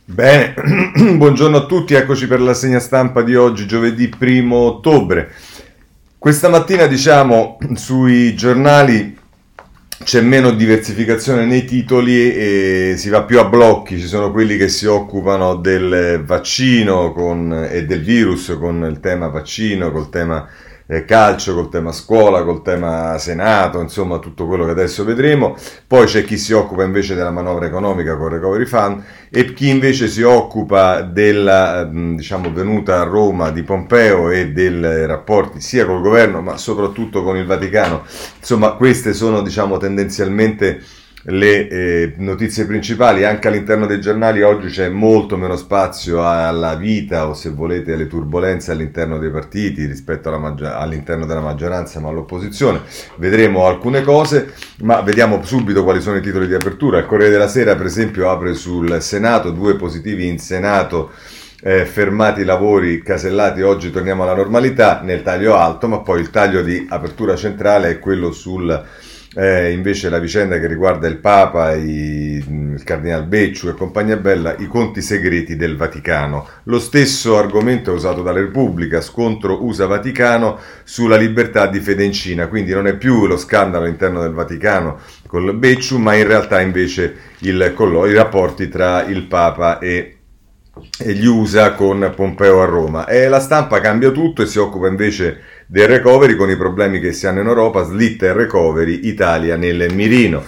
Bene, buongiorno a tutti, eccoci per la segna stampa di oggi, giovedì 1 ottobre. Questa mattina, sui giornali c'è meno diversificazione nei titoli e si va più a blocchi, ci sono quelli che si occupano del vaccino e del virus con il tema vaccino, col tema calcio, col tema scuola, col tema Senato, insomma tutto quello che adesso vedremo. Poi c'è chi si occupa invece della manovra economica con il Recovery Fund e chi invece si occupa della venuta a Roma di Pompeo e dei rapporti sia col governo ma soprattutto con il Vaticano. Insomma, queste sono tendenzialmente le notizie principali. Anche all'interno dei giornali oggi c'è molto meno spazio alla vita o, se volete, alle turbulenze all'interno dei partiti rispetto all'interno della maggioranza ma all'opposizione. Vedremo alcune cose, ma vediamo subito quali sono i titoli di apertura. Il Corriere della Sera, per esempio, apre sul Senato: 2 positivi in Senato, fermati i lavori, casellati, oggi torniamo alla normalità, nel taglio alto. Ma poi il taglio di apertura centrale è quello sul invece la vicenda che riguarda il Papa, il Cardinal Becciu e compagnia bella, i conti segreti del Vaticano. Lo stesso argomento è usato dalla Repubblica: scontro USA-Vaticano sulla libertà di fede in Cina. Quindi non è più lo scandalo all'interno del Vaticano con Becciu, ma in realtà invece i rapporti tra il Papa e gli USA con Pompeo a Roma. E la stampa cambia tutto e si occupa invece del recovery, con i problemi che si hanno in Europa, slitta il recovery, Italia nel mirino.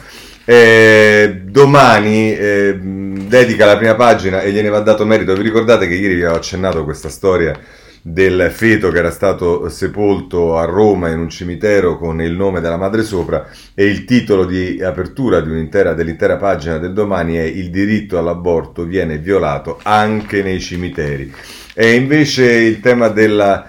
Domani dedica la prima pagina e gliene va dato merito. Vi ricordate che ieri vi avevo accennato questa storia del feto che era stato sepolto a Roma in un cimitero con il nome della madre sopra, e il titolo di apertura dell'intera pagina del Domani è: il diritto all'aborto viene violato anche nei cimiteri. E invece il tema del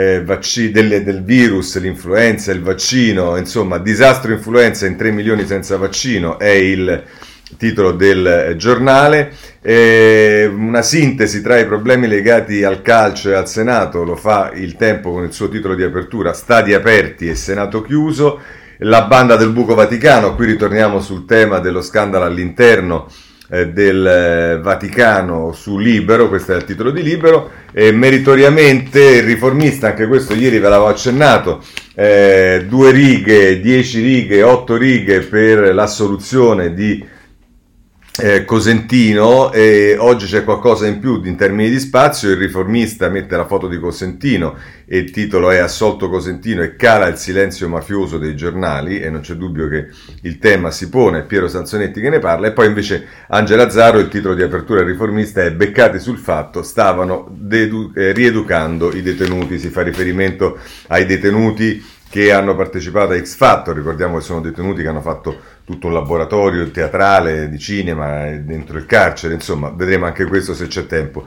virus, l'influenza, il vaccino, insomma, disastro influenza in 3 milioni senza vaccino, è il titolo del giornale. Una sintesi tra i problemi legati al calcio e al Senato lo fa Il Tempo con il suo titolo di apertura: stadi aperti e Senato chiuso. La banda del buco Vaticano, qui ritorniamo sul tema dello scandalo all'interno del Vaticano su Libero, questo è il titolo di Libero. Meritoriamente il Riformista, anche questo ieri ve l'avevo accennato, 2 righe, 10 righe, 8 righe per l'assoluzione di Cosentino, e oggi c'è qualcosa in più in termini di spazio. Il Riformista mette la foto di Cosentino e il titolo è: assolto Cosentino e cala il silenzio mafioso dei giornali, e non c'è dubbio che il tema si pone, è Piero Sansonetti che ne parla. E poi invece Angela Zarro, il titolo di apertura del Riformista è: beccati sul fatto, stavano rieducando i detenuti. Si fa riferimento ai detenuti che hanno partecipato a X Factor. Ricordiamo che sono detenuti che hanno fatto tutto un laboratorio teatrale, di cinema dentro il carcere. Insomma, vedremo anche questo se c'è tempo.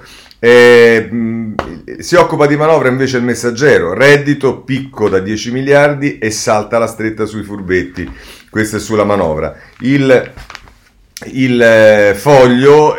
Si occupa di manovra invece il Messaggero: reddito, picco da 10 miliardi e salta la stretta sui furbetti. Questo è sulla manovra. Il Foglio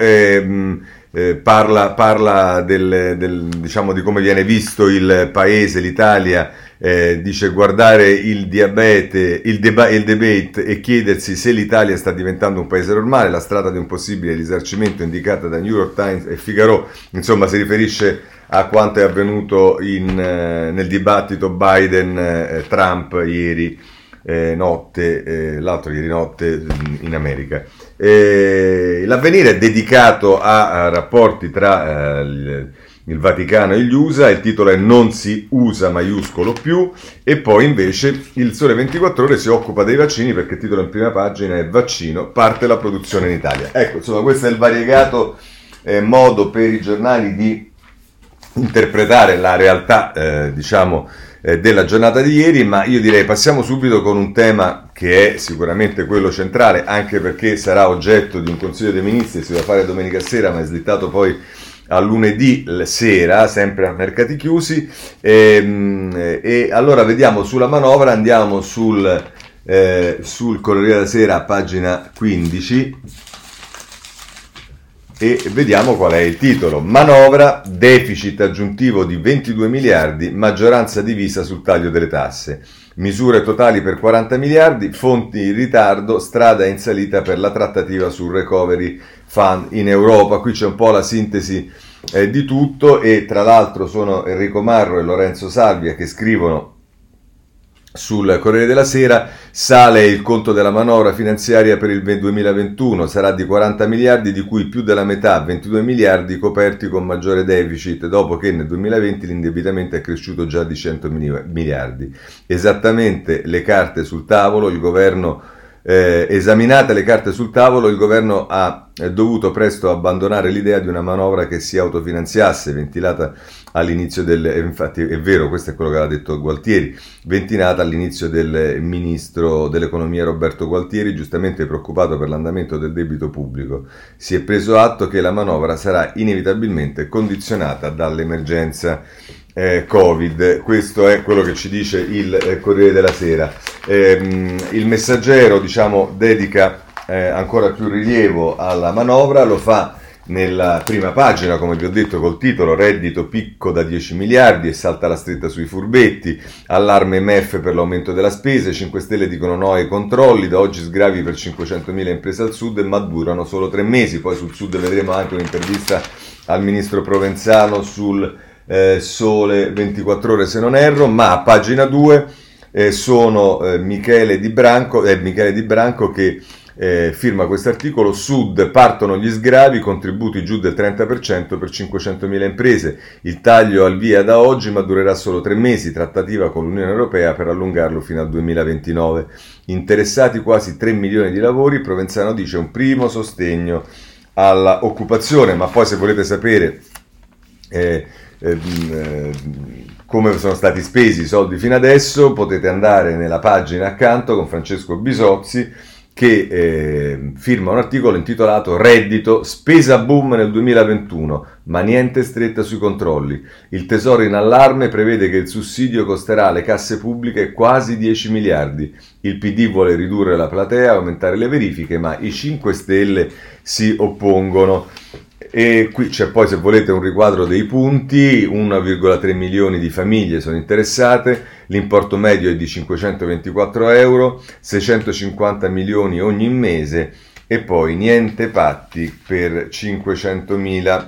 parla di come viene visto il paese, l'Italia. Dice: guardare il debate e chiedersi se l'Italia sta diventando un paese normale, la strada di un possibile risarcimento indicata da New York Times e Figaro. Insomma, si riferisce a quanto è avvenuto nel dibattito Biden-Trump ieri notte, l'altro ieri notte in America. L'Avvenire è dedicato a rapporti tra il Vaticano e gli USA, il titolo è: non si usa maiuscolo più. E poi invece il Sole 24 Ore si occupa dei vaccini, perché il titolo in prima pagina è: vaccino, parte la produzione in Italia. Ecco, insomma, questo è il variegato modo per i giornali di interpretare la realtà della giornata di ieri. Ma io direi passiamo subito con un tema che è sicuramente quello centrale, anche perché sarà oggetto di un Consiglio dei Ministri, si deve fare domenica sera ma è slittato poi a lunedì sera, sempre a mercati chiusi. E allora vediamo sulla manovra, andiamo sul Corriere della Sera, pagina 15, e vediamo qual è il titolo. Manovra, deficit aggiuntivo di 22 miliardi, maggioranza divisa sul taglio delle tasse. Misure totali per 40 miliardi, fonti in ritardo, strada in salita per la trattativa sul recovery fund in Europa. Qui c'è un po' la sintesi di tutto, e tra l'altro sono Enrico Marro e Lorenzo Salvia che scrivono sul Corriere della Sera: sale il conto della manovra finanziaria per il 2021, sarà di 40 miliardi, di cui più della metà, 22 miliardi, coperti con maggiore deficit, dopo che nel 2020 l'indebitamento è cresciuto già di 100 miliardi. Esattamente le carte sul tavolo, il governo esaminate le carte sul tavolo, il governo ha dovuto presto abbandonare l'idea di una manovra che si autofinanziasse, ventilata all'inizio infatti è vero, questo è quello che aveva detto Gualtieri, ventilata all'inizio del ministro dell'economia Roberto Gualtieri, giustamente preoccupato per l'andamento del debito pubblico. Si è preso atto che la manovra sarà inevitabilmente condizionata dall'emergenza Covid. Questo è quello che ci dice il Corriere della Sera. Il Messaggero, dedica ancora più rilievo alla manovra, lo fa nella prima pagina, come vi ho detto, col titolo reddito picco da 10 miliardi e salta la stretta sui furbetti, allarme MEF per l'aumento della spesa, 5 Stelle dicono no ai controlli, da oggi sgravi per 500.000 imprese al sud, ma durano solo 3 mesi. Poi sul sud vedremo anche un'intervista al ministro Provenzano sul Sole 24 Ore se non erro, ma a pagina 2 sono Michele Di Branco che firma questo articolo. Sud, partono gli sgravi, contributi giù del 30% per 500.000 imprese, il taglio al via da oggi ma durerà solo 3 mesi, trattativa con l'Unione Europea per allungarlo fino al 2029, interessati quasi 3 milioni di lavori. Provenzano dice un primo sostegno alla occupazione. Ma poi, se volete sapere come sono stati spesi i soldi fino adesso, potete andare nella pagina accanto con Francesco Bisozzi, che firma un articolo intitolato Reddito, spesa boom nel 2021, ma niente stretta sui controlli. Il Tesoro in allarme prevede che il sussidio costerà alle casse pubbliche quasi 10 miliardi. Il PD vuole ridurre la platea, aumentare le verifiche, ma i 5 Stelle si oppongono. E qui c'è poi, se volete, un riquadro dei punti. 1,3 milioni di famiglie sono interessate, l'importo medio è di 524 euro, 650 milioni ogni mese, e poi niente patti per 500.000.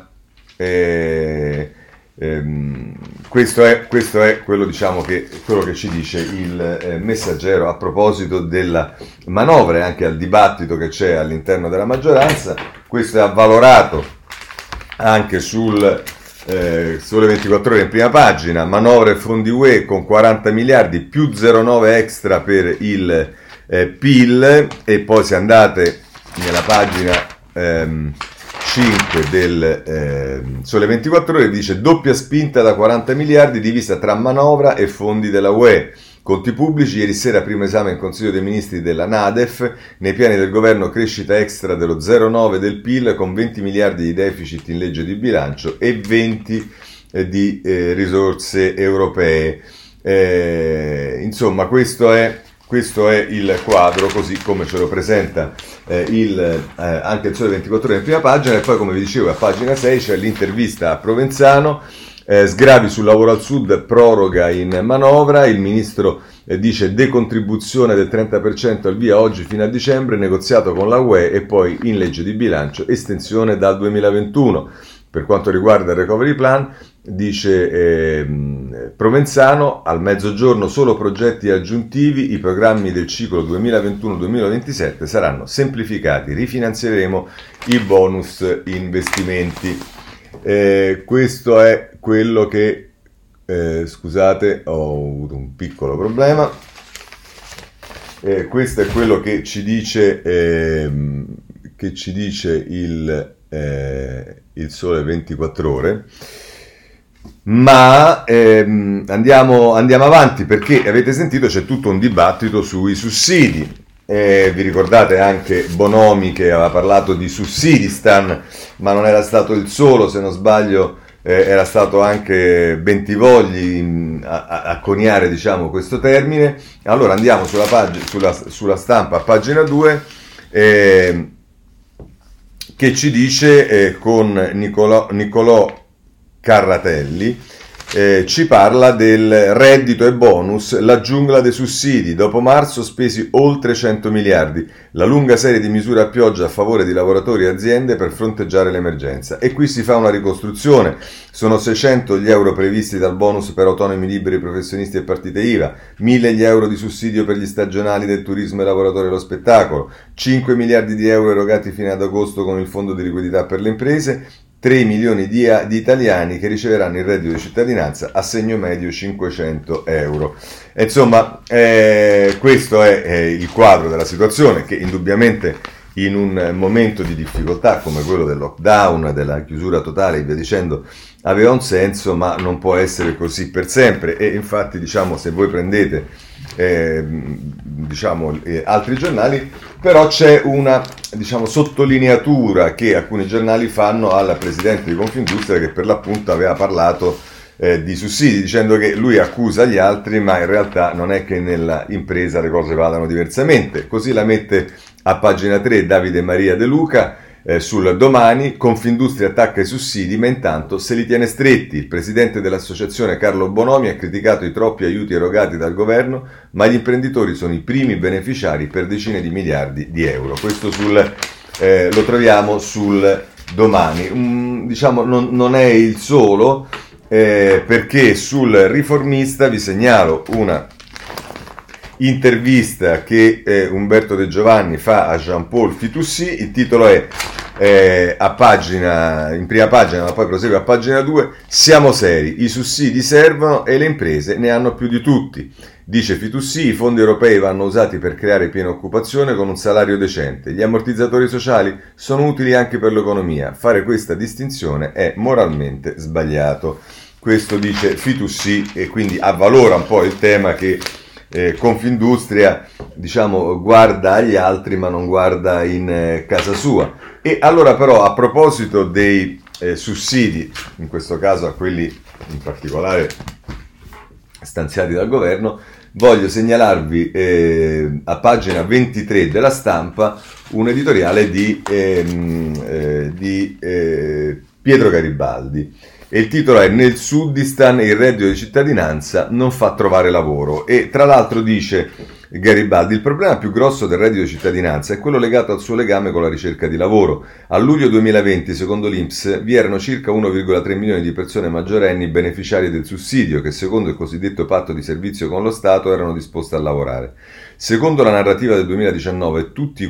Questo è quello, quello che ci dice il Messaggero a proposito della manovra e anche al dibattito che c'è all'interno della maggioranza. Questo è avvalorato anche sul Sole 24 Ore in prima pagina. Manovra e fondi UE con 40 miliardi più 0,9 extra per il PIL. E poi, se andate nella pagina 5 del Sole 24 Ore, dice doppia spinta da 40 miliardi divisa tra manovra e fondi della UE. Conti pubblici, ieri sera primo esame in Consiglio dei Ministri della NADEF, nei piani del governo crescita extra dello 0,9 del PIL con 20 miliardi di deficit in legge di bilancio e 20 di risorse europee. Insomma, questo è il quadro, così come ce lo presenta anche il Sole 24 Ore in prima pagina. E poi, come vi dicevo, a pagina 6 c'è l'intervista a Provenzano. Sgravi sul lavoro al sud, proroga in manovra, il ministro dice decontribuzione del 30% al via oggi fino a dicembre, negoziato con la UE, e poi in legge di bilancio estensione dal 2021. Per quanto riguarda il recovery plan, dice Provenzano, al mezzogiorno solo progetti aggiuntivi, i programmi del ciclo 2021-2027 saranno semplificati, rifinanzieremo i bonus investimenti. Questo è quello che scusate, ho avuto un piccolo problema. Questo è quello che ci dice il Sole 24 Ore. Ma andiamo avanti, perché avete sentito c'è tutto un dibattito sui sussidi. Vi ricordate anche Bonomi che aveva parlato di sussidistan, ma non era stato il solo, se non sbaglio era stato anche Bentivogli a coniare, diciamo, questo termine. Allora andiamo sulla Stampa, a pagina 2, che ci dice con Niccolò Carratelli, ci parla del reddito e bonus, la giungla dei sussidi. Dopo marzo spesi oltre 100 miliardi, la lunga serie di misure a pioggia a favore di lavoratori e aziende per fronteggiare l'emergenza. E qui si fa una ricostruzione. Sono 600 gli euro previsti dal bonus per autonomi liberi, professionisti e partite IVA, 1000 gli euro di sussidio per gli stagionali del turismo e lavoratori dello spettacolo, 5 miliardi di euro erogati fino ad agosto con il fondo di liquidità per le imprese, 3 milioni di italiani che riceveranno il reddito di cittadinanza, assegno medio 500 euro. E insomma, questo è il quadro della situazione, che indubbiamente in un momento di difficoltà come quello del lockdown, della chiusura totale e via dicendo, aveva un senso, ma non può essere così per sempre. E infatti, diciamo, se voi prendete altri giornali, però c'è una, diciamo, sottolineatura che alcuni giornali fanno al presidente di Confindustria, che per l'appunto aveva parlato di sussidi, dicendo che lui accusa gli altri, ma in realtà non è che nella impresa le cose vadano diversamente. Così la mette a pagina 3 Davide Maria De Luca sul Domani. Confindustria attacca i sussidi, ma intanto se li tiene stretti. Il presidente dell'associazione Carlo Bonomi ha criticato i troppi aiuti erogati dal governo, ma gli imprenditori sono i primi beneficiari per decine di miliardi di euro. Questo lo troviamo sul Domani. Diciamo non è il solo, perché sul Riformista vi segnalo una intervista che Umberto De Giovanni fa a Jean-Paul Fitoussi. Il titolo è in prima pagina, ma poi prosegue a pagina 2: siamo seri, i sussidi servono e le imprese ne hanno più di tutti. Dice Fitoussi, i fondi europei vanno usati per creare piena occupazione con un salario decente. Gli ammortizzatori sociali sono utili anche per l'economia. Fare questa distinzione è moralmente sbagliato. Questo dice Fitoussi, e quindi avvalora un po' il tema che Confindustria, diciamo, guarda agli altri ma non guarda in casa sua. E allora però, a proposito dei sussidi, in questo caso a quelli in particolare stanziati dal governo, voglio segnalarvi a pagina 23 della Stampa un editoriale di Pietro Garibaldi. E il titolo è: nel Sudistan il reddito di cittadinanza non fa trovare lavoro. E tra l'altro dice Garibaldi: il problema più grosso del reddito di cittadinanza è quello legato al suo legame con la ricerca di lavoro. A luglio 2020, secondo l'INPS, vi erano circa 1,3 milioni di persone maggiorenni beneficiarie del sussidio, che secondo il cosiddetto patto di servizio con lo Stato erano disposte a lavorare. Secondo la narrativa del 2019, tutti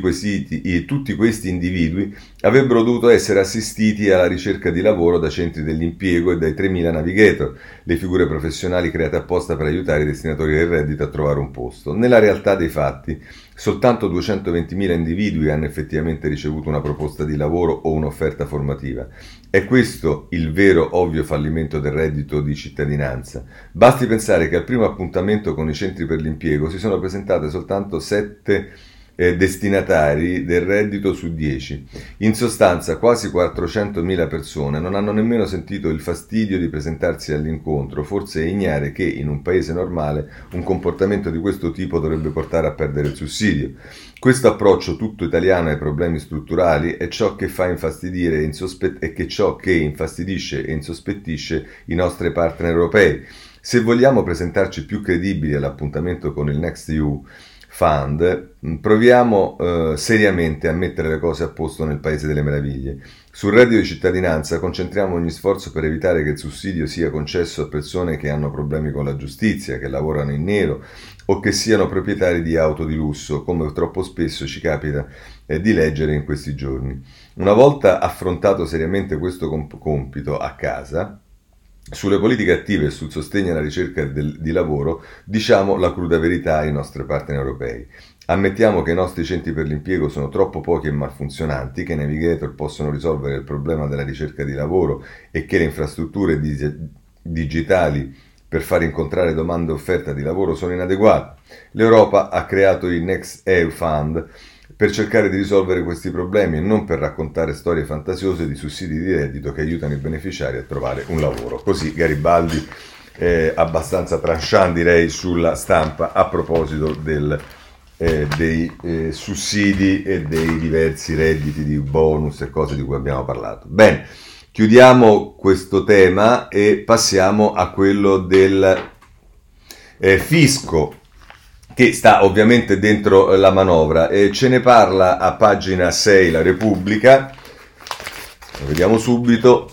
questi individui avrebbero dovuto essere assistiti alla ricerca di lavoro da centri dell'impiego e dai 3.000 navigator, le figure professionali create apposta per aiutare i destinatori del reddito a trovare un posto. Nella realtà dei fatti, soltanto 220.000 individui hanno effettivamente ricevuto una proposta di lavoro o un'offerta formativa. È questo il vero ovvio fallimento del reddito di cittadinanza. Basti pensare che al primo appuntamento con i centri per l'impiego si sono presentate soltanto 7 destinatari del reddito su 10. In sostanza, quasi 400.000 persone non hanno nemmeno sentito il fastidio di presentarsi all'incontro, forse ignare che in un paese normale un comportamento di questo tipo dovrebbe portare a perdere il sussidio. Questo approccio tutto italiano ai problemi strutturali è ciò che fa infastidire e che ciò che infastidisce e insospettisce i nostri partner europei. Se vogliamo presentarci più credibili all'appuntamento con il NextEU Fund, proviamo seriamente a mettere le cose a posto nel Paese delle Meraviglie. Sul reddito di cittadinanza concentriamo ogni sforzo per evitare che il sussidio sia concesso a persone che hanno problemi con la giustizia, che lavorano in nero o che siano proprietari di auto di lusso, come troppo spesso ci capita di leggere in questi giorni. Una volta affrontato seriamente questo compito a casa, sulle politiche attive e sul sostegno alla ricerca di lavoro, diciamo la cruda verità ai nostri partner europei. Ammettiamo che i nostri centri per l'impiego sono troppo pochi e malfunzionanti, che i navigator possono risolvere il problema della ricerca di lavoro e che le infrastrutture digitali per far incontrare domanda e offerta di lavoro sono inadeguate. L'Europa ha creato il NextEU Fund per cercare di risolvere questi problemi e non per raccontare storie fantasiose di sussidi di reddito che aiutano i beneficiari a trovare un lavoro. Così Garibaldi, abbastanza tranchant direi, sulla Stampa a proposito del dei sussidi e dei diversi redditi di bonus e cose di cui abbiamo parlato. Bene, chiudiamo questo tema e passiamo a quello del fisco, che sta ovviamente dentro la manovra. Ce ne parla a pagina 6 la Repubblica, lo vediamo subito,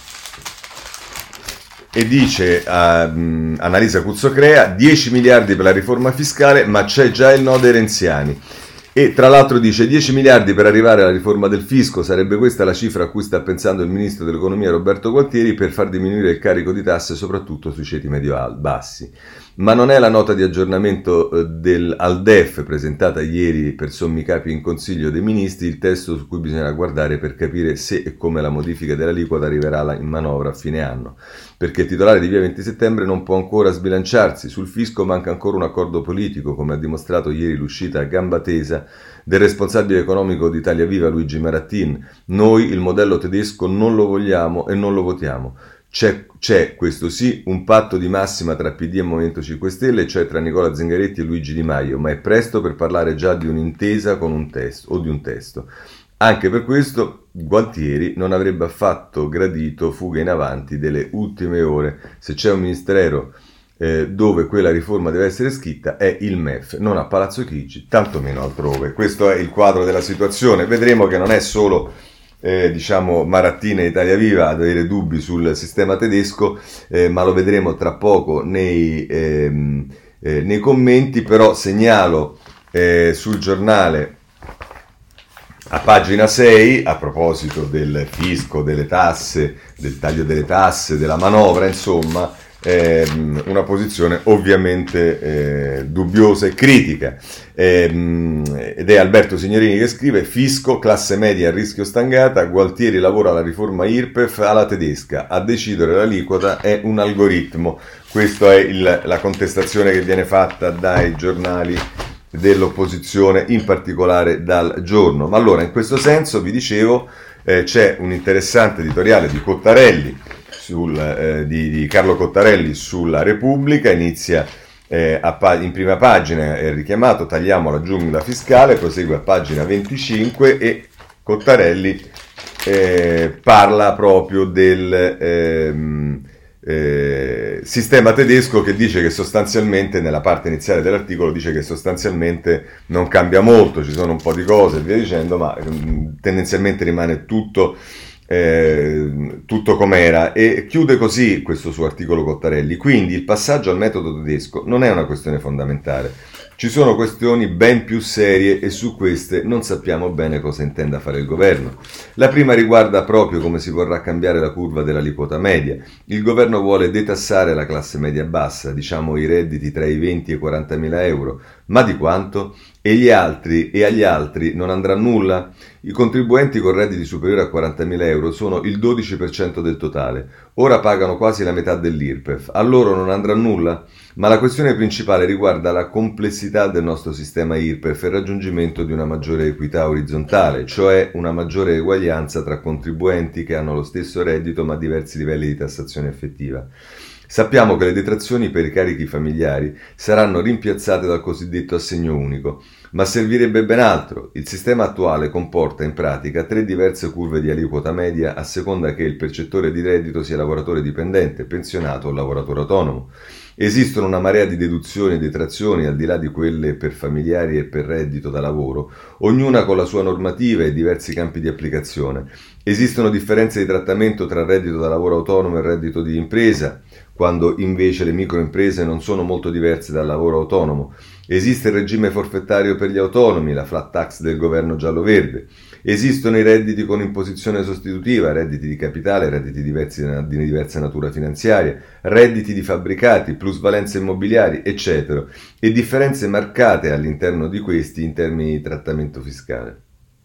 e dice Annalisa Cuzzocrea 10 miliardi per la riforma fiscale, ma c'è già il no dei renziani. E tra l'altro dice 10 miliardi per arrivare alla riforma del fisco, sarebbe questa la cifra a cui sta pensando il ministro dell'economia Roberto Gualtieri per far diminuire il carico di tasse soprattutto sui ceti medio-bassi. Ma non è la nota di aggiornamento al DEF presentata ieri per sommi capi in Consiglio dei Ministri il testo su cui bisogna guardare per capire se e come la modifica dell'aliquota arriverà in manovra a fine anno. Perché il titolare di via 20 settembre non può ancora sbilanciarsi. Sul fisco manca ancora un accordo politico, come ha dimostrato ieri l'uscita a gamba tesa del responsabile economico di Italia Viva Luigi Marattin. Noi il modello tedesco non lo vogliamo e non lo votiamo. C'è, questo sì, un patto di massima tra PD e Movimento 5 Stelle, cioè tra Nicola Zingaretti e Luigi Di Maio, ma è presto per parlare già di un'intesa con un testo, o di un testo. Anche per questo Gualtieri non avrebbe affatto gradito fughe in avanti delle ultime ore. Se c'è un ministero dove quella riforma deve essere scritta è il MEF, non a Palazzo Chigi, tantomeno altrove. Questo è il quadro della situazione. Vedremo che non è solo Marattin e Italia Viva ad avere dubbi sul sistema tedesco, ma lo vedremo tra poco nei commenti. Però segnalo sul giornale a pagina 6, a proposito del fisco, delle tasse, del taglio delle tasse, della manovra, insomma, una posizione ovviamente dubbiosa e critica, ed è Alberto Signorini che scrive: fisco, classe media a rischio stangata, Gualtieri lavora alla riforma IRPEF alla tedesca, a decidere l'aliquota è un algoritmo. Questa è la contestazione che viene fatta dai giornali dell'opposizione, in particolare dal Giorno. Ma allora, in questo senso, vi dicevo, c'è un interessante editoriale di Cottarelli, di Carlo Cottarelli sulla Repubblica, inizia in prima pagina, è richiamato tagliamo la giungla fiscale, prosegue a pagina 25 e Cottarelli parla proprio del sistema tedesco, che dice che sostanzialmente, nella parte iniziale dell'articolo, dice che sostanzialmente non cambia molto, ci sono un po' di cose e via dicendo, ma tendenzialmente rimane tutto com'era, e chiude così questo suo articolo Cottarelli: quindi il passaggio al metodo tedesco non è una questione fondamentale, ci sono questioni ben più serie e su queste non sappiamo bene cosa intenda fare il governo. La prima riguarda proprio come si vorrà cambiare la curva dell'aliquota media. Il governo vuole detassare la classe media bassa, diciamo i redditi tra i 20 e i 40 mila euro, ma di quanto? E agli altri non andrà nulla? I contribuenti con redditi superiori a 40.000 euro sono il 12% del totale, ora pagano quasi la metà dell'IRPEF, a loro non andrà nulla? Ma la questione principale riguarda la complessità del nostro sistema IRPEF e il raggiungimento di una maggiore equità orizzontale, cioè una maggiore eguaglianza tra contribuenti che hanno lo stesso reddito ma diversi livelli di tassazione effettiva. Sappiamo che le detrazioni per i carichi familiari saranno rimpiazzate dal cosiddetto assegno unico, ma servirebbe ben altro. Il sistema attuale comporta in pratica 3 diverse curve di aliquota media a seconda che il percettore di reddito sia lavoratore dipendente, pensionato o lavoratore autonomo. Esistono una marea di deduzioni e detrazioni al di là di quelle per familiari e per reddito da lavoro, ognuna con la sua normativa e diversi campi di applicazione. Esistono differenze di trattamento tra reddito da lavoro autonomo e reddito di impresa, quando invece le microimprese non sono molto diverse dal lavoro autonomo. Esiste il regime forfettario per gli autonomi, la flat tax del governo giallo-verde. Esistono i redditi con imposizione sostitutiva, redditi di capitale, redditi di diversa natura finanziaria, redditi di fabbricati, plusvalenze immobiliari, eccetera, e differenze marcate all'interno di questi in termini di trattamento fiscale.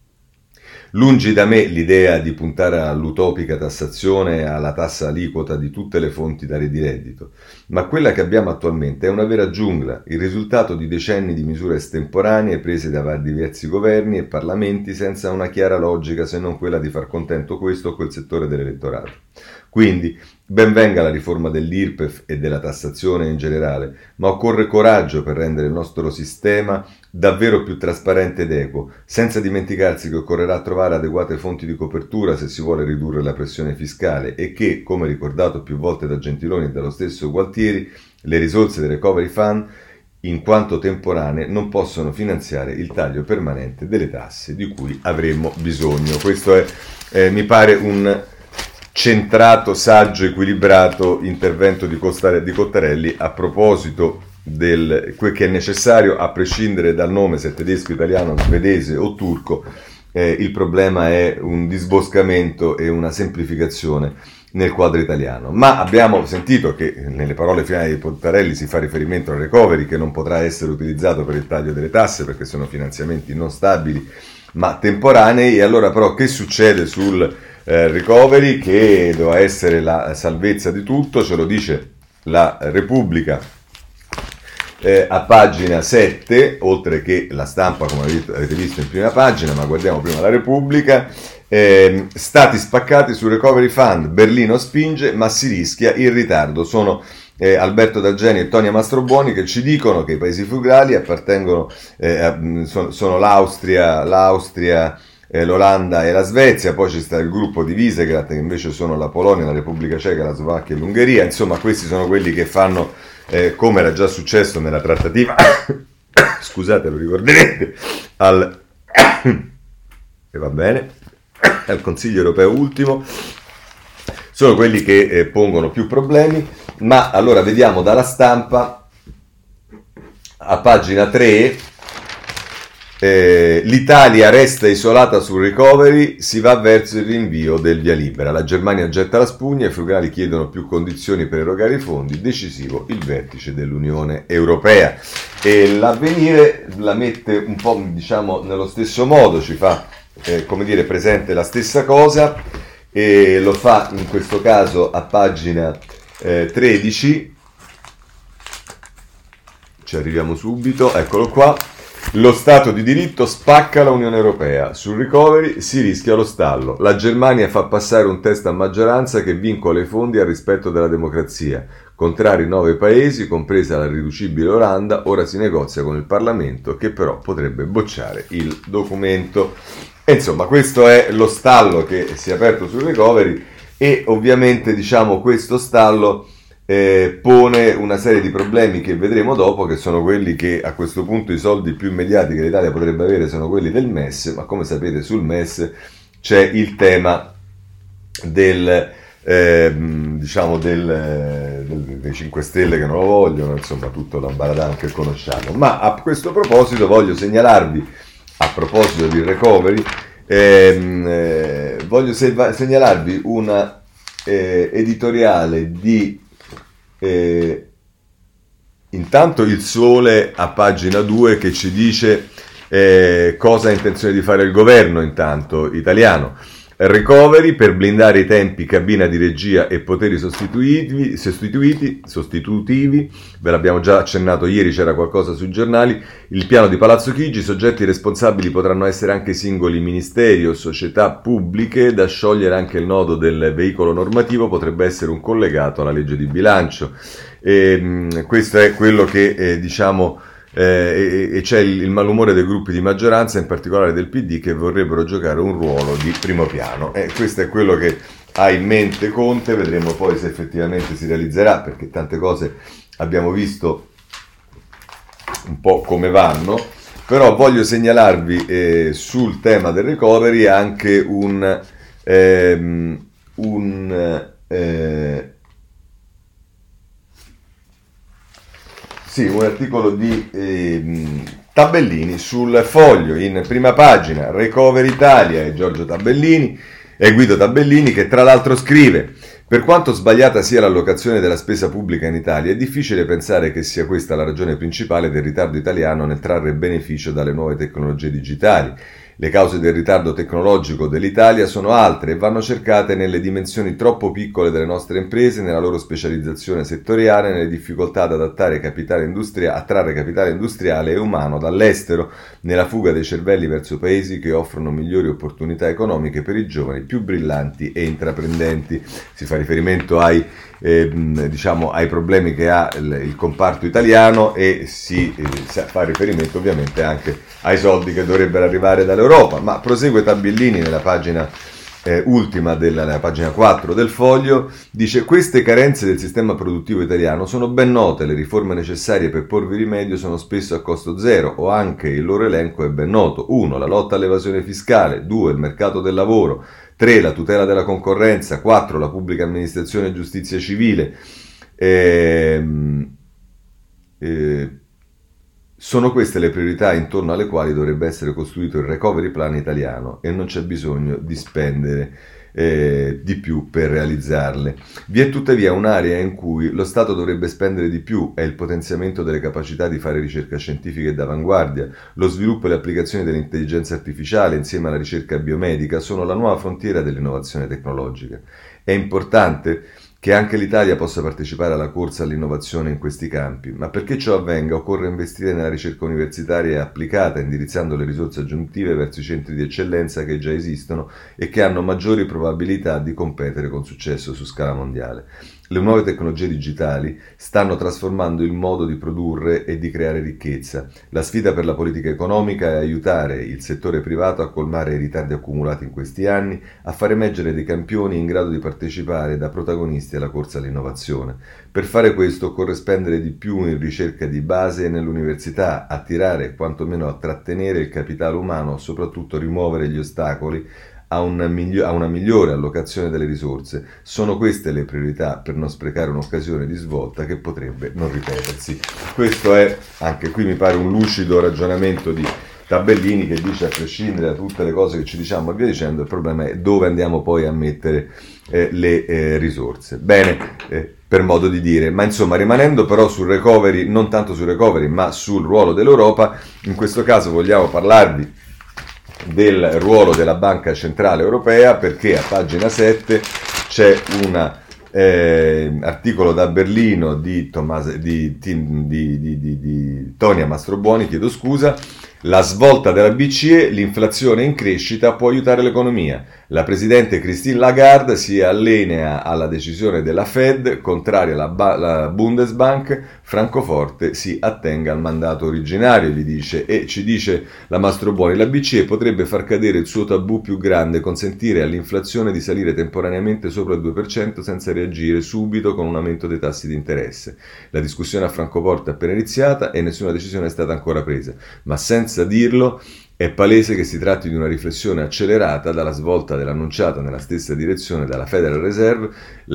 Lungi da me l'idea di puntare all'utopica tassazione e alla tassa aliquota di tutte le fonti di reddito, ma quella che abbiamo attualmente è una vera giungla, il risultato di decenni di misure estemporanee prese da diversi governi e parlamenti senza una chiara logica se non quella di far contento questo o quel settore dell'elettorato. Quindi ben venga la riforma dell'IRPEF e della tassazione in generale, ma occorre coraggio per rendere il nostro sistema davvero più trasparente ed equo, senza dimenticarsi che occorrerà trovare adeguate fonti di copertura se si vuole ridurre la pressione fiscale e che, come ricordato più volte da Gentiloni e dallo stesso Gualtieri, le risorse del Recovery Fund, in quanto temporanee, non possono finanziare il taglio permanente delle tasse di cui avremmo bisogno. Questo è, mi pare, un centrato, saggio, equilibrato intervento di Cottarelli a proposito del che è necessario, a prescindere dal nome, se è tedesco, italiano, svedese o turco, il problema è un disboscamento e una semplificazione nel quadro italiano. Ma abbiamo sentito che nelle parole finali di Cottarelli si fa riferimento al recovery, che non potrà essere utilizzato per il taglio delle tasse perché sono finanziamenti non stabili ma temporanei. E allora però che succede sul recovery, che doveva essere la salvezza di tutto? Ce lo dice la Repubblica a pagina 7, oltre che la Stampa, come avete visto in prima pagina, ma guardiamo prima la Repubblica. Stati spaccati sul Recovery Fund, Berlino spinge ma si rischia il ritardo. Sono Alberto D'Ageni e Tonia Mastrobuoni che ci dicono che i paesi frugali appartengono, sono l'Austria, l'Olanda e la Svezia, poi ci sta il gruppo di Visegrad che invece sono la Polonia, la Repubblica Ceca, la Slovacchia e l'Ungheria. Insomma, questi sono quelli che fanno, come era già successo nella trattativa, scusate, lo ricorderete, e va bene, al Consiglio europeo ultimo, sono quelli che pongono più problemi. Ma allora vediamo dalla Stampa a pagina 3. L'Italia resta isolata sul recovery, si va verso il rinvio del via libera. La Germania getta la spugna, i frugali chiedono più condizioni per erogare i fondi, decisivo il vertice dell'Unione Europea. E l'Avvenire la mette un po', diciamo, nello stesso modo, ci fa presente la stessa cosa, e lo fa in questo caso a pagina 13. Ci arriviamo subito, eccolo qua. Lo Stato di diritto spacca l'Unione Europea. Sul recovery si rischia lo stallo. La Germania fa passare un test a maggioranza che vincola i fondi al rispetto della democrazia. Contrari 9 paesi, compresa la riducibile Olanda, ora si negozia con il Parlamento che però potrebbe bocciare il documento. E insomma, questo è lo stallo che si è aperto sul recovery e ovviamente, diciamo, questo stallo pone una serie di problemi che vedremo dopo, che sono quelli che a questo punto i soldi più immediati che l'Italia potrebbe avere sono quelli del MES, ma come sapete sul MES c'è il tema dei 5 Stelle che non lo vogliono, insomma tutto l'ambaradan che conosciamo. Ma a questo proposito voglio segnalarvi, a proposito di recovery, voglio segnalarvi una editoriale di intanto Il Sole a pagina 2 che ci dice cosa ha intenzione di fare il governo intanto italiano. Recovery per blindare i tempi, cabina di regia e poteri sostitutivi, ve l'abbiamo già accennato ieri, c'era qualcosa sui giornali. Il piano di Palazzo Chigi, soggetti responsabili potranno essere anche singoli ministeri o società pubbliche, da sciogliere anche il nodo del veicolo normativo, potrebbe essere un collegato alla legge di bilancio. Questo è quello che e c'è il malumore dei gruppi di maggioranza, in particolare del PD, che vorrebbero giocare un ruolo di primo piano. Questo è quello che ha in mente Conte, vedremo poi se effettivamente si realizzerà, perché tante cose abbiamo visto un po' come vanno. Però voglio segnalarvi sul tema del recovery anche un articolo di Tabellini sul Foglio, in prima pagina, Recovery Italia e Giorgio Tabellini e Guido Tabellini, che tra l'altro scrive: per quanto sbagliata sia l'allocazione della spesa pubblica in Italia, è difficile pensare che sia questa la ragione principale del ritardo italiano nel trarre beneficio dalle nuove tecnologie digitali. Le cause del ritardo tecnologico dell'Italia sono altre e vanno cercate nelle dimensioni troppo piccole delle nostre imprese, nella loro specializzazione settoriale, nelle difficoltà ad attrarre capitale industriale e umano dall'estero, nella fuga dei cervelli verso paesi che offrono migliori opportunità economiche per i giovani più brillanti e intraprendenti. Si fa riferimento ai problemi che ha il comparto italiano e si fa riferimento ovviamente anche ai soldi che dovrebbero arrivare dall'Europa, ma prosegue Tabellini nella pagina ultima nella pagina 4 del Foglio, dice: queste carenze del sistema produttivo italiano sono ben note, le riforme necessarie per porvi rimedio sono spesso a costo zero o anche il loro elenco è ben noto. 1. La lotta all'evasione fiscale, 2. Il mercato del lavoro, 3. La tutela della concorrenza, 4. La pubblica amministrazione e giustizia civile. Sono queste le priorità intorno alle quali dovrebbe essere costruito il recovery plan italiano e non c'è bisogno di spendere di più per realizzarle. Vi è tuttavia un'area in cui lo Stato dovrebbe spendere di più, è il potenziamento delle capacità di fare ricerca scientifica e d'avanguardia. Lo sviluppo e le applicazioni dell'intelligenza artificiale insieme alla ricerca biomedica sono la nuova frontiera dell'innovazione tecnologica. È importante che anche l'Italia possa partecipare alla corsa all'innovazione in questi campi, ma perché ciò avvenga occorre investire nella ricerca universitaria e applicata, indirizzando le risorse aggiuntive verso i centri di eccellenza che già esistono e che hanno maggiori probabilità di competere con successo su scala mondiale. Le nuove tecnologie digitali stanno trasformando il modo di produrre e di creare ricchezza. La sfida per la politica economica è aiutare il settore privato a colmare i ritardi accumulati in questi anni, a far emergere dei campioni in grado di partecipare da protagonisti alla corsa all'innovazione. Per fare questo occorre spendere di più in ricerca di base e nell'università, attirare e quantomeno a trattenere il capitale umano, soprattutto rimuovere gli ostacoli a una migliore allocazione delle risorse. Sono queste le priorità per non sprecare un'occasione di svolta che potrebbe non ripetersi. Questo è, anche qui mi pare, un lucido ragionamento di Tabellini, che dice: a prescindere da tutte le cose che ci diciamo e via dicendo, il problema è dove andiamo poi a mettere le risorse. Bene, per modo di dire, ma insomma, rimanendo però sul recovery, non tanto sul recovery ma sul ruolo dell'Europa, in questo caso vogliamo parlarvi del ruolo della Banca Centrale Europea, perché a pagina 7 c'è un articolo da Berlino di Tonia Mastrobuoni, la svolta della BCE, l'inflazione in crescita può aiutare l'economia. La presidente Christine Lagarde si allinea alla decisione della Fed, contraria alla Bundesbank. Francoforte si attenga al mandato originario, gli dice, e ci dice la Mastrobuoni: la BCE potrebbe far cadere il suo tabù più grande, consentire all'inflazione di salire temporaneamente sopra il 2% senza reagire subito con un aumento dei tassi di interesse. La discussione a Francoforte è appena iniziata e nessuna decisione è stata ancora presa, ma senza dirlo è palese che si tratti di una riflessione accelerata dalla svolta dell'annunciata nella stessa direzione dalla Federal Reserve.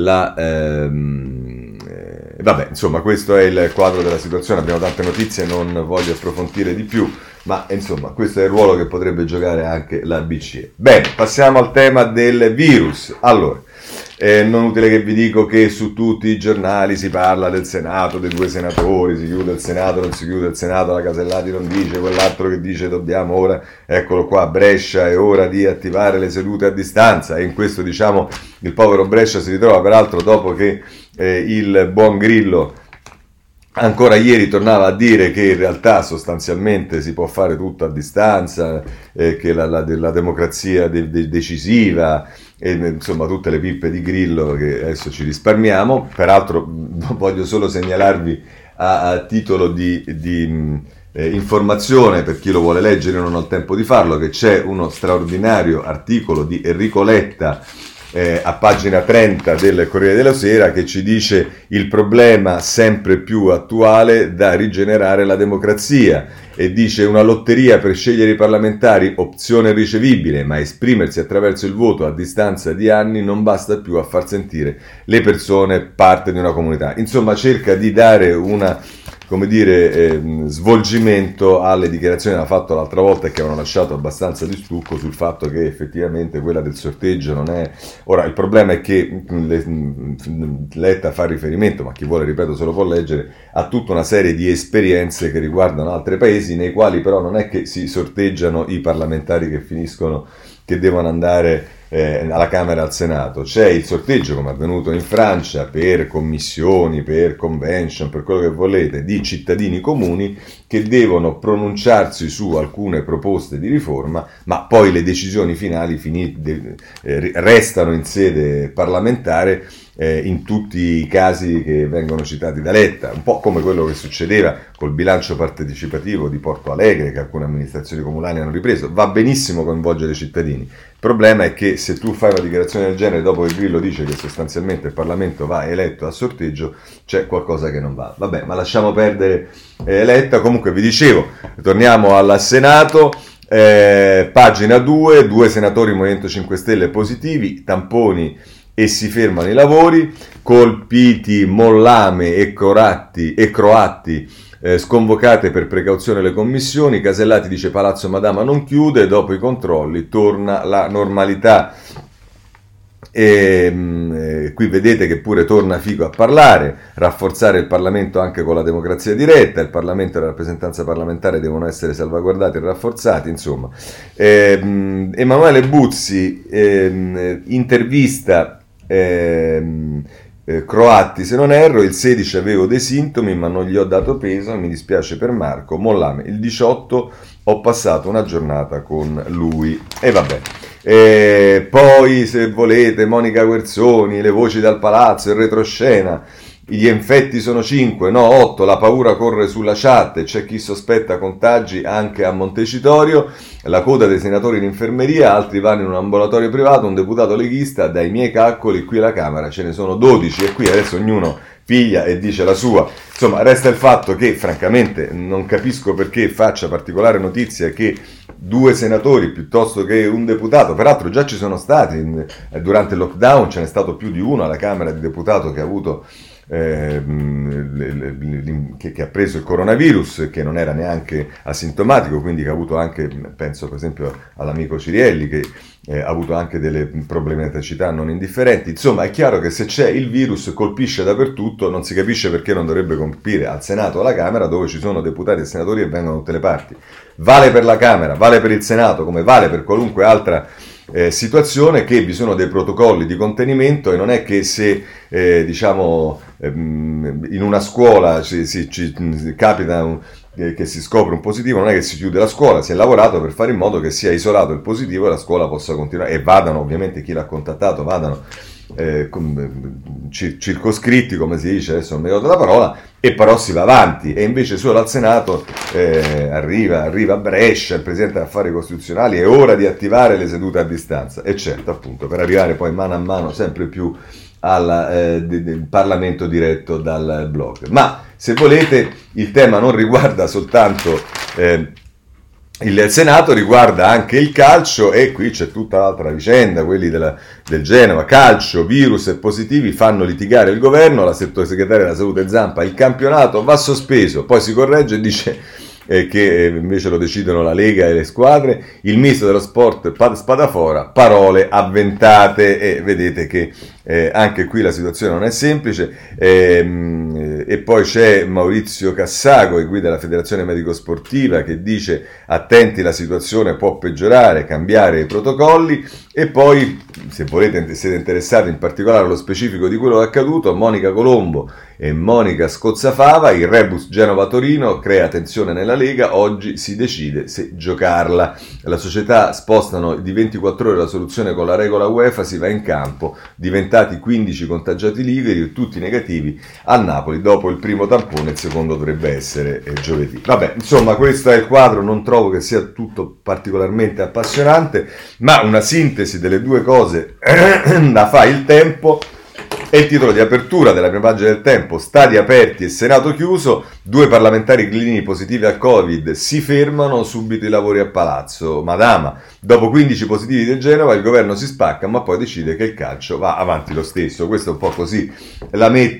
Vabbè, insomma, questo è il quadro della situazione. Abbiamo tante notizie, non voglio approfondire di più, ma insomma, questo è il ruolo che potrebbe giocare anche la BCE. Bene, passiamo al tema del virus. Allora, non utile che vi dico che su tutti i giornali si parla del Senato, dei 2 senatori, si chiude il Senato, non si chiude il Senato, la Casellati non dice, quell'altro che dice dobbiamo ora, eccolo qua, Brescia, è ora di attivare le sedute a distanza, e in questo, diciamo, il povero Brescia si ritrova peraltro dopo che il buon Grillo ancora ieri tornava a dire che in realtà sostanzialmente si può fare tutto a distanza, che la democrazia decisiva, e insomma tutte le pippe di Grillo che adesso ci risparmiamo. Peraltro voglio solo segnalarvi a titolo di informazione, per chi lo vuole leggere, non ho il tempo di farlo, che c'è uno straordinario articolo di Enrico Letta a pagina 30 del Corriere della Sera, che ci dice: il problema sempre più attuale da rigenerare la democrazia, e dice: una lotteria per scegliere i parlamentari, opzione ricevibile, ma esprimersi attraverso il voto a distanza di anni non basta più a far sentire le persone parte di una comunità. Insomma, cerca di dare una come dire, svolgimento alle dichiarazioni che aveva fatto l'altra volta e che avevano lasciato abbastanza di stucco sul fatto che effettivamente quella del sorteggio non è... Ora, il problema è che Letta fa riferimento, ma chi vuole, ripeto, se lo può leggere, a tutta una serie di esperienze che riguardano altri paesi, nei quali però non è che si sorteggiano i parlamentari che finiscono, che devono andare alla Camera e al Senato. C'è il sorteggio, come è avvenuto in Francia, per commissioni, per convention, per quello che volete, di cittadini comuni che devono pronunciarsi su alcune proposte di riforma, ma poi le decisioni finali restano in sede parlamentare in tutti i casi che vengono citati da Letta, un po' come quello che succedeva col bilancio partecipativo di Porto Alegre, che alcune amministrazioni comunali hanno ripreso. Va benissimo coinvolgere i cittadini, il problema è che se tu fai una dichiarazione del genere dopo che Grillo dice che sostanzialmente il Parlamento va eletto a sorteggio, c'è qualcosa che non va. Vabbè, ma lasciamo perdere Letta. Comunque vi dicevo, torniamo al Senato. Pagina 2, 2 senatori Movimento 5 Stelle positivi, tamponi e si fermano i lavori, colpiti Mollame e Croatti, sconvocate per precauzione le commissioni. Casellati dice Palazzo Madama non chiude, dopo i controlli torna la normalità. Qui vedete che pure torna Fico a parlare, rafforzare il Parlamento anche con la democrazia diretta, il Parlamento e la rappresentanza parlamentare devono essere salvaguardati e rafforzati, insomma. Emanuele Buzzi intervista Croatti, se non erro, il 16 avevo dei sintomi ma non gli ho dato peso, mi dispiace per Marco. Mollame, il 18 ho passato una giornata con lui. E vabbè. Poi, se volete, Monica Guerzoni, le voci dal palazzo, il retroscena, gli infetti sono 5, no 8, la paura corre sulla chat, c'è chi sospetta contagi anche a Montecitorio, la coda dei senatori in infermeria, altri vanno in un ambulatorio privato, un deputato leghista, dai miei calcoli qui alla Camera ce ne sono 12 e qui adesso ognuno piglia e dice la sua. Insomma, resta il fatto che francamente non capisco perché faccia particolare notizia che 2 senatori piuttosto che un deputato, peraltro già ci sono stati durante il lockdown, ce n'è stato più di uno alla Camera di deputato che ha avuto che ha preso il coronavirus, che non era neanche asintomatico, quindi che ha avuto anche, penso per esempio all'amico Cirielli, che ha avuto anche delle problematicità non indifferenti. Insomma, è chiaro che se c'è il virus colpisce dappertutto, non si capisce perché non dovrebbe colpire al Senato o alla Camera, dove ci sono deputati e senatori che vengono da tutte le parti. Vale per la Camera, vale per il Senato, come vale per qualunque altra situazione, che vi sono dei protocolli di contenimento, e non è che se in una scuola capita che si scopre un positivo, non è che si chiude la scuola, si è lavorato per fare in modo che sia isolato il positivo e la scuola possa continuare, e vadano, ovviamente chi l'ha contattato, vadano circoscritti, come si dice, adesso non mi ricordo la parola, e però si va avanti. E invece solo al Senato arriva a Brescia il Presidente degli Affari Costituzionali, è ora di attivare le sedute a distanza, e certo, appunto, per arrivare poi mano a mano sempre più al Parlamento diretto dal blog. Ma se volete, il tema non riguarda soltanto il Senato, riguarda anche il calcio, e qui c'è tutta l'altra vicenda, quelli del Genova. Calcio, virus e positivi fanno litigare il governo, la sottosegretaria della salute Zampa, il campionato va sospeso, poi si corregge e dice che invece lo decidono la Lega e le squadre. Il ministro dello sport Spadafora, parole avventate, e vedete che anche qui la situazione non è semplice. E poi c'è Maurizio Cassago, che guida la Federazione Medico Sportiva, che dice attenti, la situazione può peggiorare, cambiare i protocolli. E poi, se volete, siete interessati in particolare allo specifico di quello che è accaduto, Monica Colombo e Monica Scozzafava, il rebus Genova-Torino crea tensione nella Lega, oggi si decide se giocarla. La società spostano di 24 ore la soluzione con la regola UEFA, si va in campo, diventati 15 contagiati liguri, tutti negativi a Napoli, dopo il primo tampone, il secondo dovrebbe essere giovedì. Vabbè, insomma, questo è il quadro, non trovo che sia tutto particolarmente appassionante, ma una sintesi delle due cose la fa il Tempo. E il titolo di apertura della prima pagina del Tempo: stadi aperti e Senato chiuso, 2 parlamentari clini positivi al Covid, si fermano subito i lavori a Palazzo Madama. Dopo 15 positivi del Genova il governo si spacca, ma poi decide che il calcio va avanti lo stesso. Questo è un po' così la mette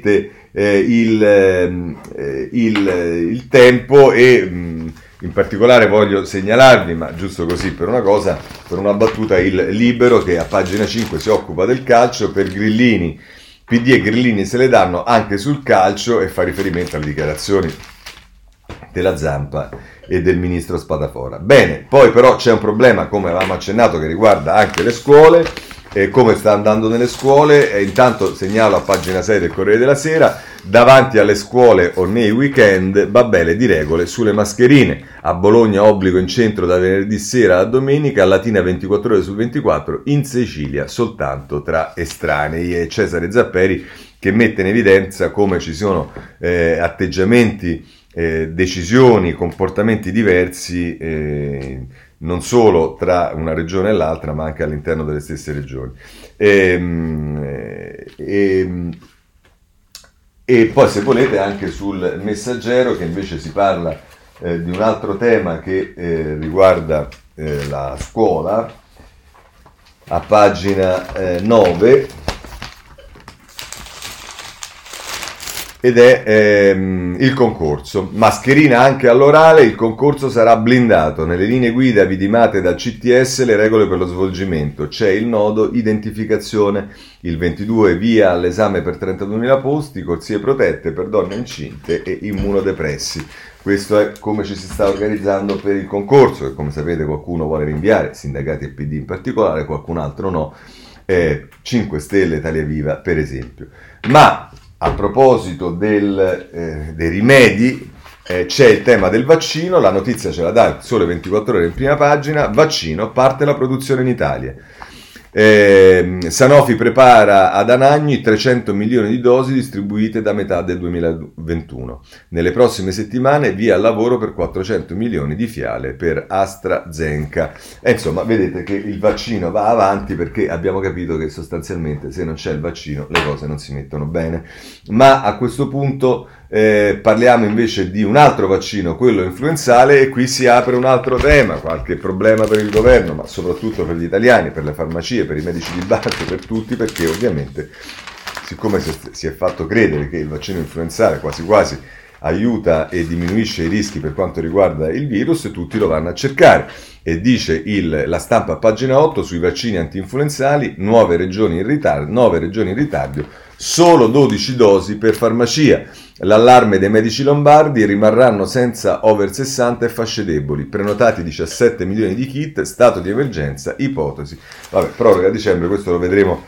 il tempo e in particolare voglio segnalarvi, ma giusto così per una cosa, per una battuta, il Libero che a pagina 5 si occupa del calcio. Per Grillini, PD e Grillini se le danno anche sul calcio, e fa riferimento alle dichiarazioni della Zampa e del ministro Spadafora. Bene, poi però c'è un problema, come avevamo accennato, che riguarda anche le scuole, come sta andando nelle scuole. E intanto segnalo a pagina 6 del Corriere della Sera: davanti alle scuole o nei weekend, babele di regole sulle mascherine. A Bologna obbligo in centro da venerdì sera a domenica, a Latina 24 ore su 24, in Sicilia soltanto tra estranei. E Cesare Zapperi che mette in evidenza come ci sono atteggiamenti, decisioni, comportamenti diversi non solo tra una regione e l'altra, ma anche all'interno delle stesse regioni. E poi, se volete, anche sul Messaggero, che invece si parla di un altro tema che riguarda la scuola, a pagina 9, ed è il concorso. Mascherina anche all'orale, il concorso sarà blindato. Nelle linee guida vidimate dal CTS le regole per lo svolgimento. C'è il nodo identificazione. Il 22 via all'esame per 32.000 posti, corsie protette per donne incinte e immunodepressi. Questo è come ci si sta organizzando per il concorso, che come sapete qualcuno vuole rinviare, sindacati e PD in particolare, qualcun altro no, 5 Stelle, Italia Viva per esempio. Ma a proposito dei rimedi, c'è il tema del vaccino. La notizia ce la dà il Sole 24 Ore in prima pagina: vaccino, parte la produzione in Italia. Sanofi prepara ad Anagni 300 milioni di dosi distribuite da metà del 2021. Nelle prossime settimane via al lavoro per 400 milioni di fiale per AstraZeneca. E insomma, vedete che il vaccino va avanti, perché abbiamo capito che sostanzialmente se non c'è il vaccino le cose non si mettono bene. Ma a questo punto parliamo invece di un altro vaccino, quello influenzale, e qui si apre un altro tema, qualche problema per il governo, ma soprattutto per gli italiani, per le farmacie, per i medici di base, per tutti, perché ovviamente, siccome si è fatto credere che il vaccino influenzale quasi quasi aiuta e diminuisce i rischi per quanto riguarda il virus, tutti lo vanno a cercare. E dice la Stampa a pagina 8 sui vaccini anti-influenzali: 9 regioni in ritardo, solo 12 dosi per farmacia. L'allarme dei medici lombardi: rimarranno senza over 60 e fasce deboli, prenotati 17 milioni di kit, stato di emergenza, ipotesi. Vabbè, proroga a dicembre, questo lo vedremo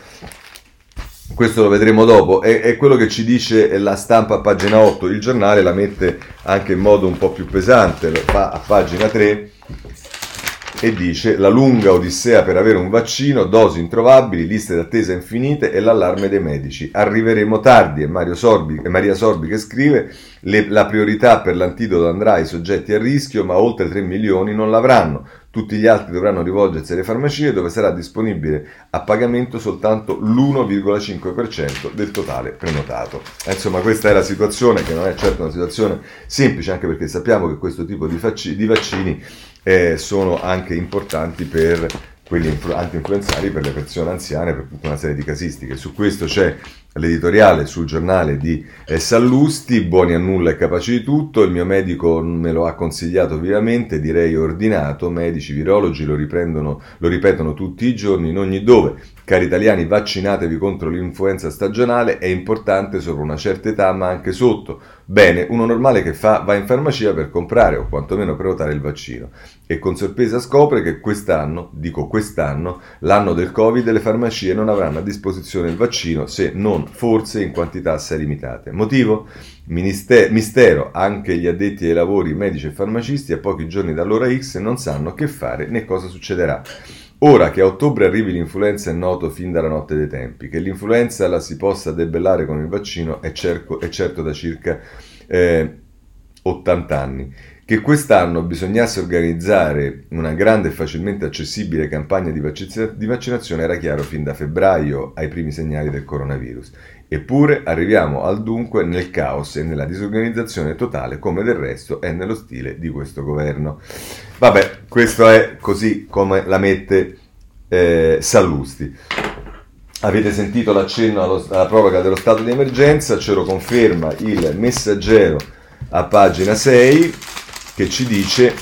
dopo. È quello che ci dice la Stampa a pagina 8. Il Giornale la mette anche in modo un po' più pesante, lo fa a pagina 3 e dice: la lunga odissea per avere un vaccino, dosi introvabili, liste d'attesa infinite e l'allarme dei medici. Arriveremo tardi. E Maria Sorbi che scrive: la priorità per l'antidoto andrà ai soggetti a rischio, ma oltre 3 milioni non l'avranno. Tutti gli altri dovranno rivolgersi alle farmacie, dove sarà disponibile a pagamento soltanto l'1,5% del totale prenotato. Insomma, questa è la situazione, che non è certo una situazione semplice, anche perché sappiamo che questo tipo di vaccini sono anche importanti per quelli anti-influenzali, per le persone anziane, per tutta una serie di casistiche. Su questo c'è l'editoriale sul Giornale di Sallusti: buoni a nulla e capaci di tutto, il mio medico me lo ha consigliato vivamente, direi ordinato, medici, virologi lo ripetono tutti i giorni in ogni dove. Cari italiani, vaccinatevi contro l'influenza stagionale, è importante sopra una certa età, ma anche sotto. Bene, uno normale che va in farmacia per comprare o quantomeno prenotare il vaccino, e con sorpresa scopre che quest'anno, l'anno del Covid, le farmacie non avranno a disposizione il vaccino, se non forse in quantità assai limitate. Motivo? Mistero. Anche gli addetti ai lavori, medici e farmacisti, a pochi giorni dall'ora X non sanno che fare né cosa succederà. Ora che a ottobre arrivi l'influenza è noto fin dalla notte dei tempi. Che l'influenza la si possa debellare con il vaccino è certo da circa 80 anni. Che quest'anno bisognasse organizzare una grande e facilmente accessibile campagna di vaccinazione era chiaro fin da febbraio, ai primi segnali del coronavirus. Eppure arriviamo al dunque nel caos e nella disorganizzazione totale, come del resto è nello stile di questo governo. Vabbè, questo è così come la mette Sallusti. Avete sentito l'accenno alla proroga dello stato di emergenza, ce lo conferma il Messaggero a pagina 6 che ci dice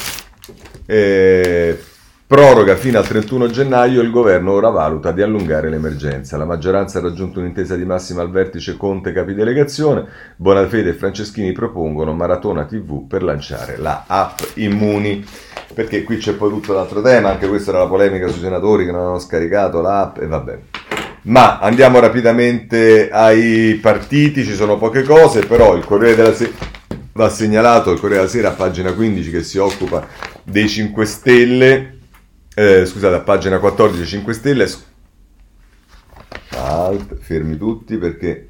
proroga fino al 31 gennaio, il governo ora valuta di allungare l'emergenza. La maggioranza ha raggiunto un'intesa di massima al vertice Conte capidelegazione. Bonafede e Franceschini propongono Maratona TV per lanciare la app Immuni. Perché qui c'è poi tutto l'altro tema, anche questa era la polemica sui senatori che non hanno scaricato l'app e vabbè. Ma andiamo rapidamente ai partiti, ci sono poche cose, però il Corriere della Sera va segnalato, il Corriere della Sera a pagina 15 che si occupa dei 5 Stelle, scusate, a pagina 14 5 Stelle, fermi tutti perché...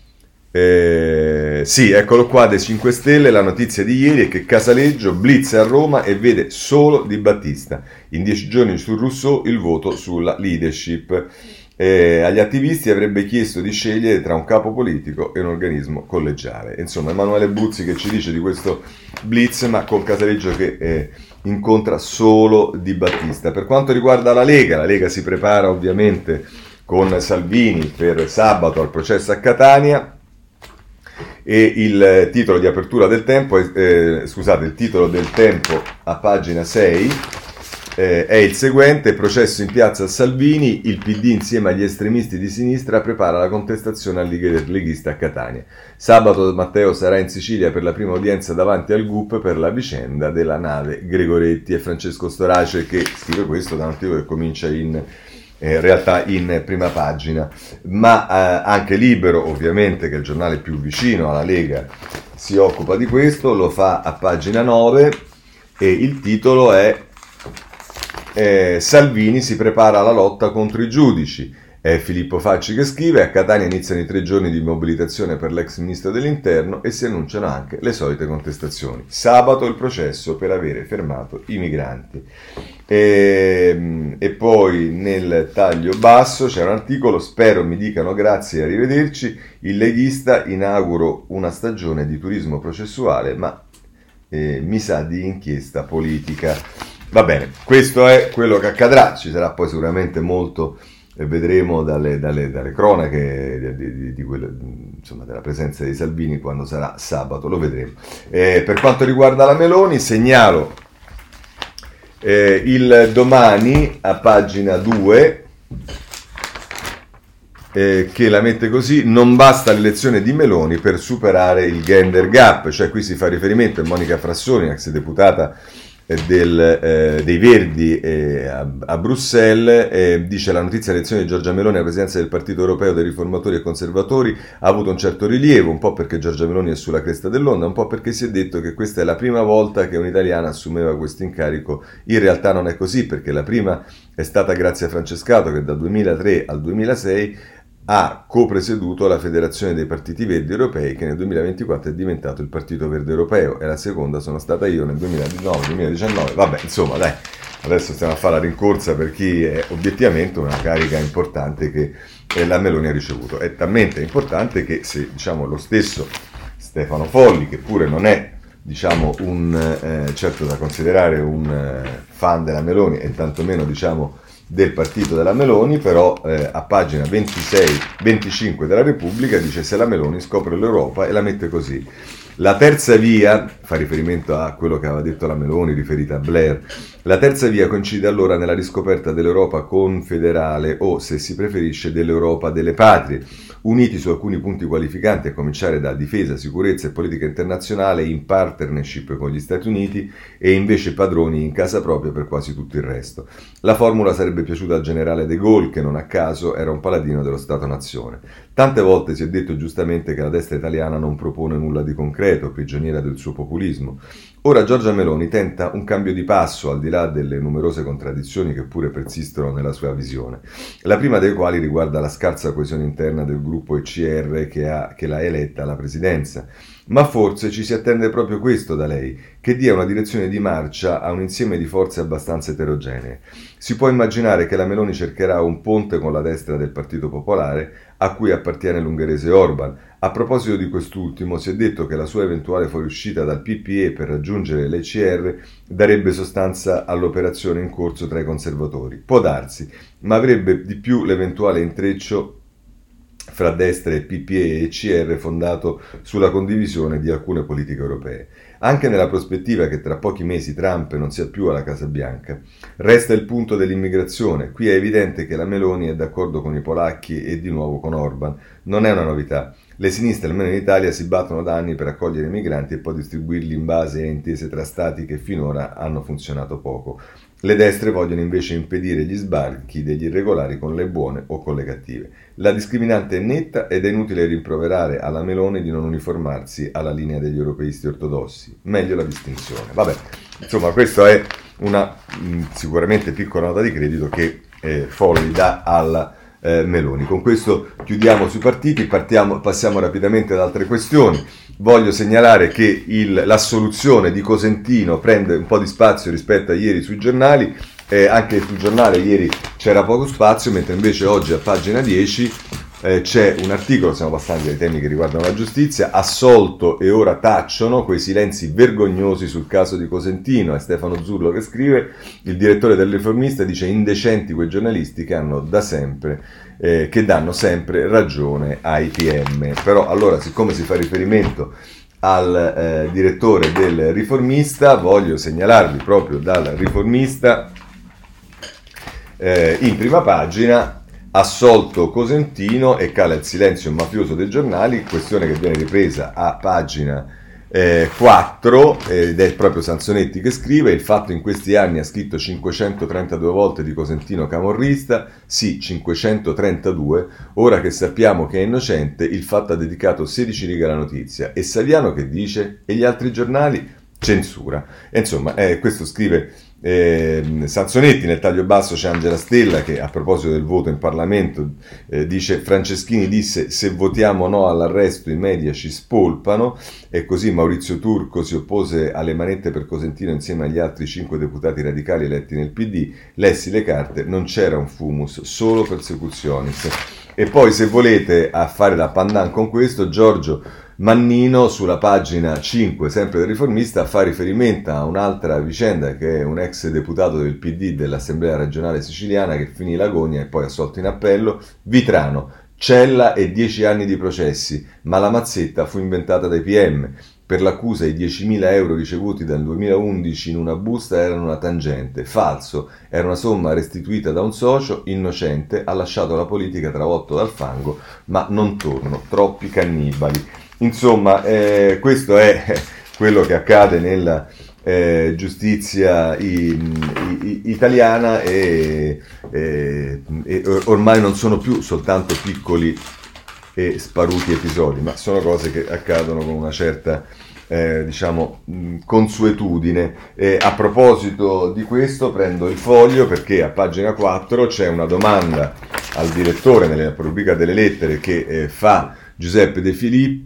sì, eccolo qua dei 5 Stelle, la notizia di ieri è che Casaleggio blitz a Roma e vede solo Di Battista. In 10 giorni su Rousseau il voto sulla leadership. Agli attivisti avrebbe chiesto di scegliere tra un capo politico e un organismo collegiale. Insomma, Emanuele Buzzi che ci dice di questo blitz, ma col Casaleggio che incontra solo Di Battista. Per quanto riguarda la Lega si prepara ovviamente con Salvini per sabato al processo a Catania. E il titolo di apertura del Tempo, il titolo del Tempo a pagina 6 è il seguente: processo in piazza a Salvini, il PD insieme agli estremisti di sinistra prepara la contestazione al leghista a Catania. Sabato Matteo sarà in Sicilia per la prima udienza davanti al GUP per la vicenda della nave Gregoretti. E Francesco Storace che scrive questo da un articolo che comincia in realtà in prima pagina, ma anche Libero ovviamente, che è il giornale più vicino alla Lega, si occupa di questo, lo fa a pagina 9 e il titolo è Salvini si prepara alla lotta contro i giudici. È Filippo Facci che scrive: a Catania iniziano i 3 giorni di mobilitazione per l'ex ministro dell'Interno e si annunciano anche le solite contestazioni. Sabato il processo per avere fermato i migranti. E poi nel taglio basso c'è un articolo: spero mi dicano grazie e arrivederci, il leghista inauguro una stagione di turismo processuale, ma mi sa di inchiesta politica. Va bene, questo è quello che accadrà, ci sarà poi sicuramente molto... vedremo dalle cronache insomma, della presenza di Salvini quando sarà sabato, lo vedremo. Per quanto riguarda la Meloni segnalo il Domani a pagina 2 che la mette così: non basta l'elezione di Meloni per superare il gender gap, cioè qui si fa riferimento a Monica Frassoni, ex deputata dei Verdi a Bruxelles. Dice: la notizia dell'elezione di Giorgia Meloni alla presidenza del Partito Europeo dei Riformatori e Conservatori ha avuto un certo rilievo, un po' perché Giorgia Meloni è sulla cresta dell'onda, un po' perché si è detto che questa è la prima volta che un'italiana assumeva questo incarico. In realtà non è così, perché la prima è stata Grazia Francescato, che dal 2003 al 2006 ha copresieduto la Federazione dei Partiti Verdi Europei, che nel 2024 è diventato il Partito Verde Europeo, e la seconda sono stata io nel 2019. Vabbè, insomma, dai, adesso stiamo a fare la rincorsa per chi è obiettivamente una carica importante che la Meloni ha ricevuto. È talmente importante che se, diciamo, lo stesso Stefano Folli, che pure non è, diciamo, certo da considerare un fan della Meloni, e tantomeno, diciamo, del partito della Meloni, però a pagina 25 della Repubblica dice: se la Meloni scopre l'Europa, e la mette così: la terza via, fa riferimento a quello che aveva detto la Meloni riferita a Blair, la terza via coincide allora nella riscoperta dell'Europa confederale, o se si preferisce dell'Europa delle patrie, uniti su alcuni punti qualificanti, a cominciare da difesa, sicurezza e politica internazionale, in partnership con gli Stati Uniti, e invece padroni in casa propria per quasi tutto il resto. La formula sarebbe piaciuta al generale De Gaulle, che non a caso era un paladino dello Stato-nazione. Tante volte si è detto giustamente che la destra italiana non propone nulla di concreto, prigioniera del suo populismo. Ora Giorgia Meloni tenta un cambio di passo, al di là delle numerose contraddizioni che pure persistono nella sua visione. La prima dei quali riguarda la scarsa coesione interna del gruppo ECR che l'ha eletta alla presidenza. Ma forse ci si attende proprio questo da lei, che dia una direzione di marcia a un insieme di forze abbastanza eterogenee. Si può immaginare che la Meloni cercherà un ponte con la destra del Partito Popolare, a cui appartiene l'ungherese Orban. A proposito di quest'ultimo, si è detto che la sua eventuale fuoriuscita dal PPE per raggiungere l'ECR darebbe sostanza all'operazione in corso tra i conservatori. Può darsi, ma avrebbe di più l'eventuale intreccio fra destra e PPE e CR fondato sulla condivisione di alcune politiche europee. Anche nella prospettiva che tra pochi mesi Trump non sia più alla Casa Bianca, resta il punto dell'immigrazione. Qui è evidente che la Meloni è d'accordo con i polacchi e di nuovo con Orban. Non è una novità. Le sinistre, almeno in Italia, si battono da anni per accogliere i migranti e poi distribuirli in base a intese tra stati che finora hanno funzionato poco. Le destre vogliono invece impedire gli sbarchi degli irregolari con le buone o con le cattive. La discriminante è netta ed è inutile rimproverare alla Meloni di non uniformarsi alla linea degli europeisti ortodossi. Meglio la distinzione. Vabbè, insomma, questa è una sicuramente piccola nota di credito che Folli dà alla Meloni. Con questo chiudiamo sui partiti, passiamo rapidamente ad altre questioni. Voglio segnalare che l'assoluzione di Cosentino prende un po' di spazio rispetto a ieri sui giornali, anche sul giornale ieri c'era poco spazio, mentre invece oggi a pagina 10 c'è un articolo, stiamo passando ai temi che riguardano la giustizia, assolto e ora tacciono, quei silenzi vergognosi sul caso di Cosentino. È Stefano Zurlo che scrive, il direttore del Riformista dice indecenti quei giornalisti che hanno da sempre, che danno sempre ragione ai PM. Però allora, siccome si fa riferimento al direttore del Riformista, voglio segnalarvi proprio dal Riformista in prima pagina: assolto Cosentino e cala il silenzio mafioso dei giornali, questione che viene ripresa a pagina 4 ed è proprio Sansonetti che scrive, il fatto in questi anni ha scritto 532 volte di Cosentino camorrista, sì 532, ora che sappiamo che è innocente il fatto ha dedicato 16 righe alla notizia e Saviano che dice? E gli altri giornali? Censura. E insomma, questo scrive Sansonetti. Nel taglio basso c'è Angela Stella che a proposito del voto in Parlamento dice Franceschini disse se votiamo no all'arresto i media ci spolpano, e così Maurizio Turco si oppose alle manette per Cosentino insieme agli altri 5 deputati radicali eletti nel PD, lessi le carte, non c'era un fumus, solo persecutionis. E poi se volete a fare da pandan con questo, Giorgio Mannino sulla pagina 5 sempre del Riformista fa riferimento a un'altra vicenda che è un ex deputato del PD dell'Assemblea regionale siciliana che finì l'agonia e poi assolto in appello, Vitrano, cella e 10 anni di processi, ma la mazzetta fu inventata dai PM. Per l'accusa i 10.000 euro ricevuti dal 2011 in una busta erano una tangente, falso, era una somma restituita da un socio, innocente, ha lasciato la politica travolto dal fango, ma non torno, troppi cannibali. Insomma, questo è quello che accade nella giustizia italiana e ormai non sono più soltanto piccoli e sparuti episodi, ma sono cose che accadono con una certa consuetudine. A proposito di questo prendo il Foglio perché a pagina 4 c'è una domanda al direttore nella rubrica delle lettere che fa Giuseppe De Filippi.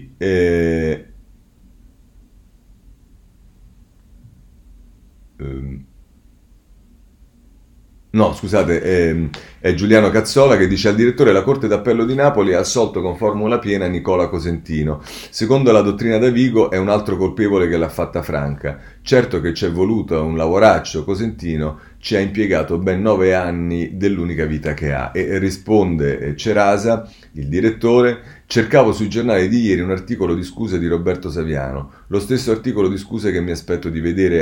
No, scusate, è Giuliano Cazzola che dice al direttore la Corte d'Appello di Napoli ha assolto con formula piena Nicola Cosentino. Secondo la dottrina da Vigo è un altro colpevole che l'ha fatta franca. Certo che c'è voluto un lavoraccio, Cosentino ci ha impiegato ben 9 anni dell'unica vita che ha. E risponde Cerasa, il direttore, cercavo sui giornali di ieri un articolo di scuse di Roberto Saviano, lo stesso articolo di scuse che mi aspettavo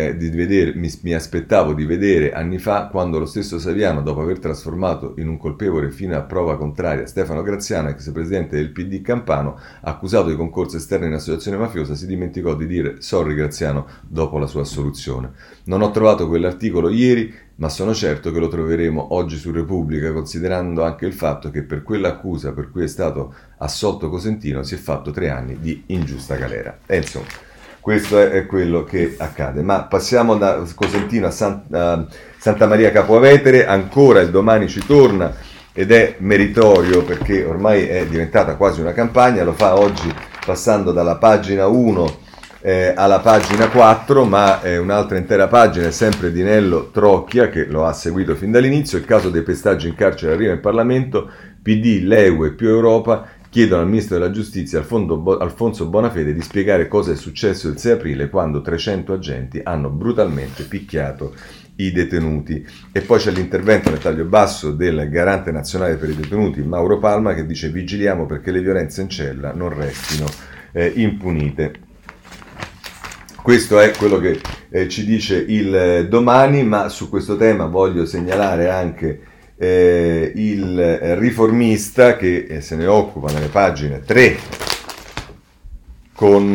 di vedere anni fa quando lo stesso Saviano, dopo aver trasformato in un colpevole fino a prova contraria Stefano Graziano, ex presidente del PD campano, accusato di concorso esterno in associazione mafiosa, si dimenticò di dire sorry Graziano dopo la sua assoluzione. Non ho trovato quell'articolo ieri, ma sono certo che lo troveremo oggi su Repubblica, considerando anche il fatto che per quell'accusa per cui è stato assolto Cosentino si è fatto 3 anni di ingiusta galera. E insomma, questo è quello che accade. Ma passiamo da Cosentino a Santa Maria Capua Vetere, ancora il Domani ci torna ed è meritorio perché ormai è diventata quasi una campagna, lo fa oggi passando dalla pagina 1 alla pagina 4, ma un'altra intera pagina è sempre di Nello Trocchia che lo ha seguito fin dall'inizio. Il caso dei pestaggi in carcere arriva in Parlamento, PD, Leu e più Europa chiedono al ministro della giustizia Alfonso Bonafede di spiegare cosa è successo il 6 aprile quando 300 agenti hanno brutalmente picchiato i detenuti. E poi c'è l'intervento nel taglio basso del garante nazionale per i detenuti Mauro Palma, che dice: vigiliamo perché le violenze in cella non restino impunite. Questo è quello che ci dice il Domani, ma su questo tema voglio segnalare anche il Riformista, che se ne occupa nelle pagine 3 con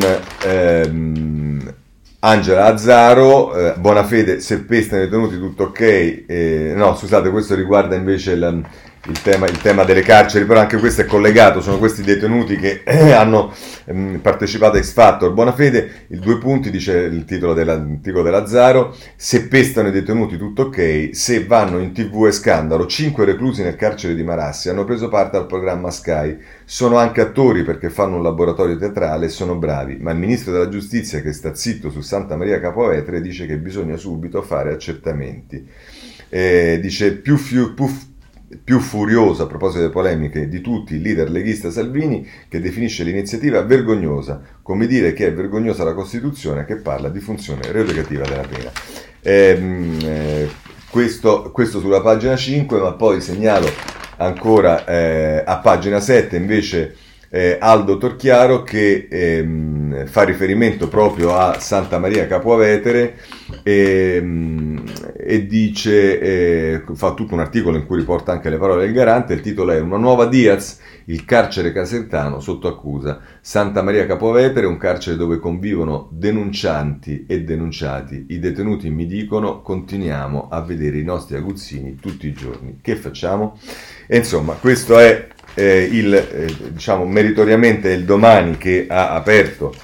Angela Azzaro. Bonafede, se pestano i detenuti tutto ok. No, scusate, questo riguarda invece il tema delle carceri, però anche questo è collegato, sono questi detenuti che hanno partecipato a X Factor. Bonafede, il 2 punti, dice il titolo dell'articolo dell'Azzaro: se pestano i detenuti tutto ok, se vanno in TV è scandalo. 5 reclusi nel carcere di Marassi hanno preso parte al programma Sky, sono anche attori perché fanno un laboratorio teatrale e sono bravi, ma il ministro della giustizia, che sta zitto su Santa Maria Capua Vetere, dice che bisogna subito fare accertamenti. Dice più furioso a proposito delle polemiche di tutti il leader leghista Salvini, che definisce l'iniziativa vergognosa, come dire che è vergognosa la Costituzione che parla di funzione rieducativa della pena. Questo sulla pagina 5, ma poi segnalo ancora a pagina 7 invece Aldo Torchiaro, che fa riferimento proprio a Santa Maria Capua Vetere e dice, fa tutto un articolo in cui riporta anche le parole del garante. Il titolo è: una nuova Diaz, il carcere casertano sotto accusa. Santa Maria Capua Vetere, un carcere dove convivono denuncianti e denunciati. I detenuti mi dicono: continuiamo a vedere i nostri aguzzini tutti i giorni, che facciamo? E insomma, questo è diciamo meritoriamente il Domani che ha aperto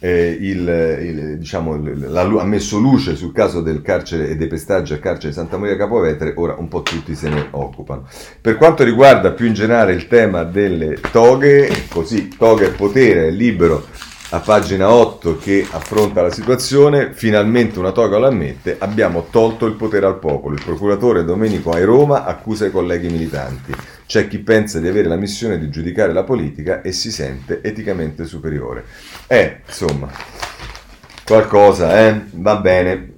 ha messo luce sul caso del carcere e dei pestaggi al carcere di Santa Maria Capua Vetere. Ora un po' tutti se ne occupano. Per quanto riguarda più in generale il tema delle toghe, così Toga e Potere è Libero a pagina 8 che affronta la situazione. Finalmente una toga lo ammette: abbiamo tolto il potere al popolo. Il procuratore Domenico Ai Roma accusa i colleghi militanti. C'è chi pensa di avere la missione di giudicare la politica e si sente eticamente superiore. Insomma, qualcosa, va bene.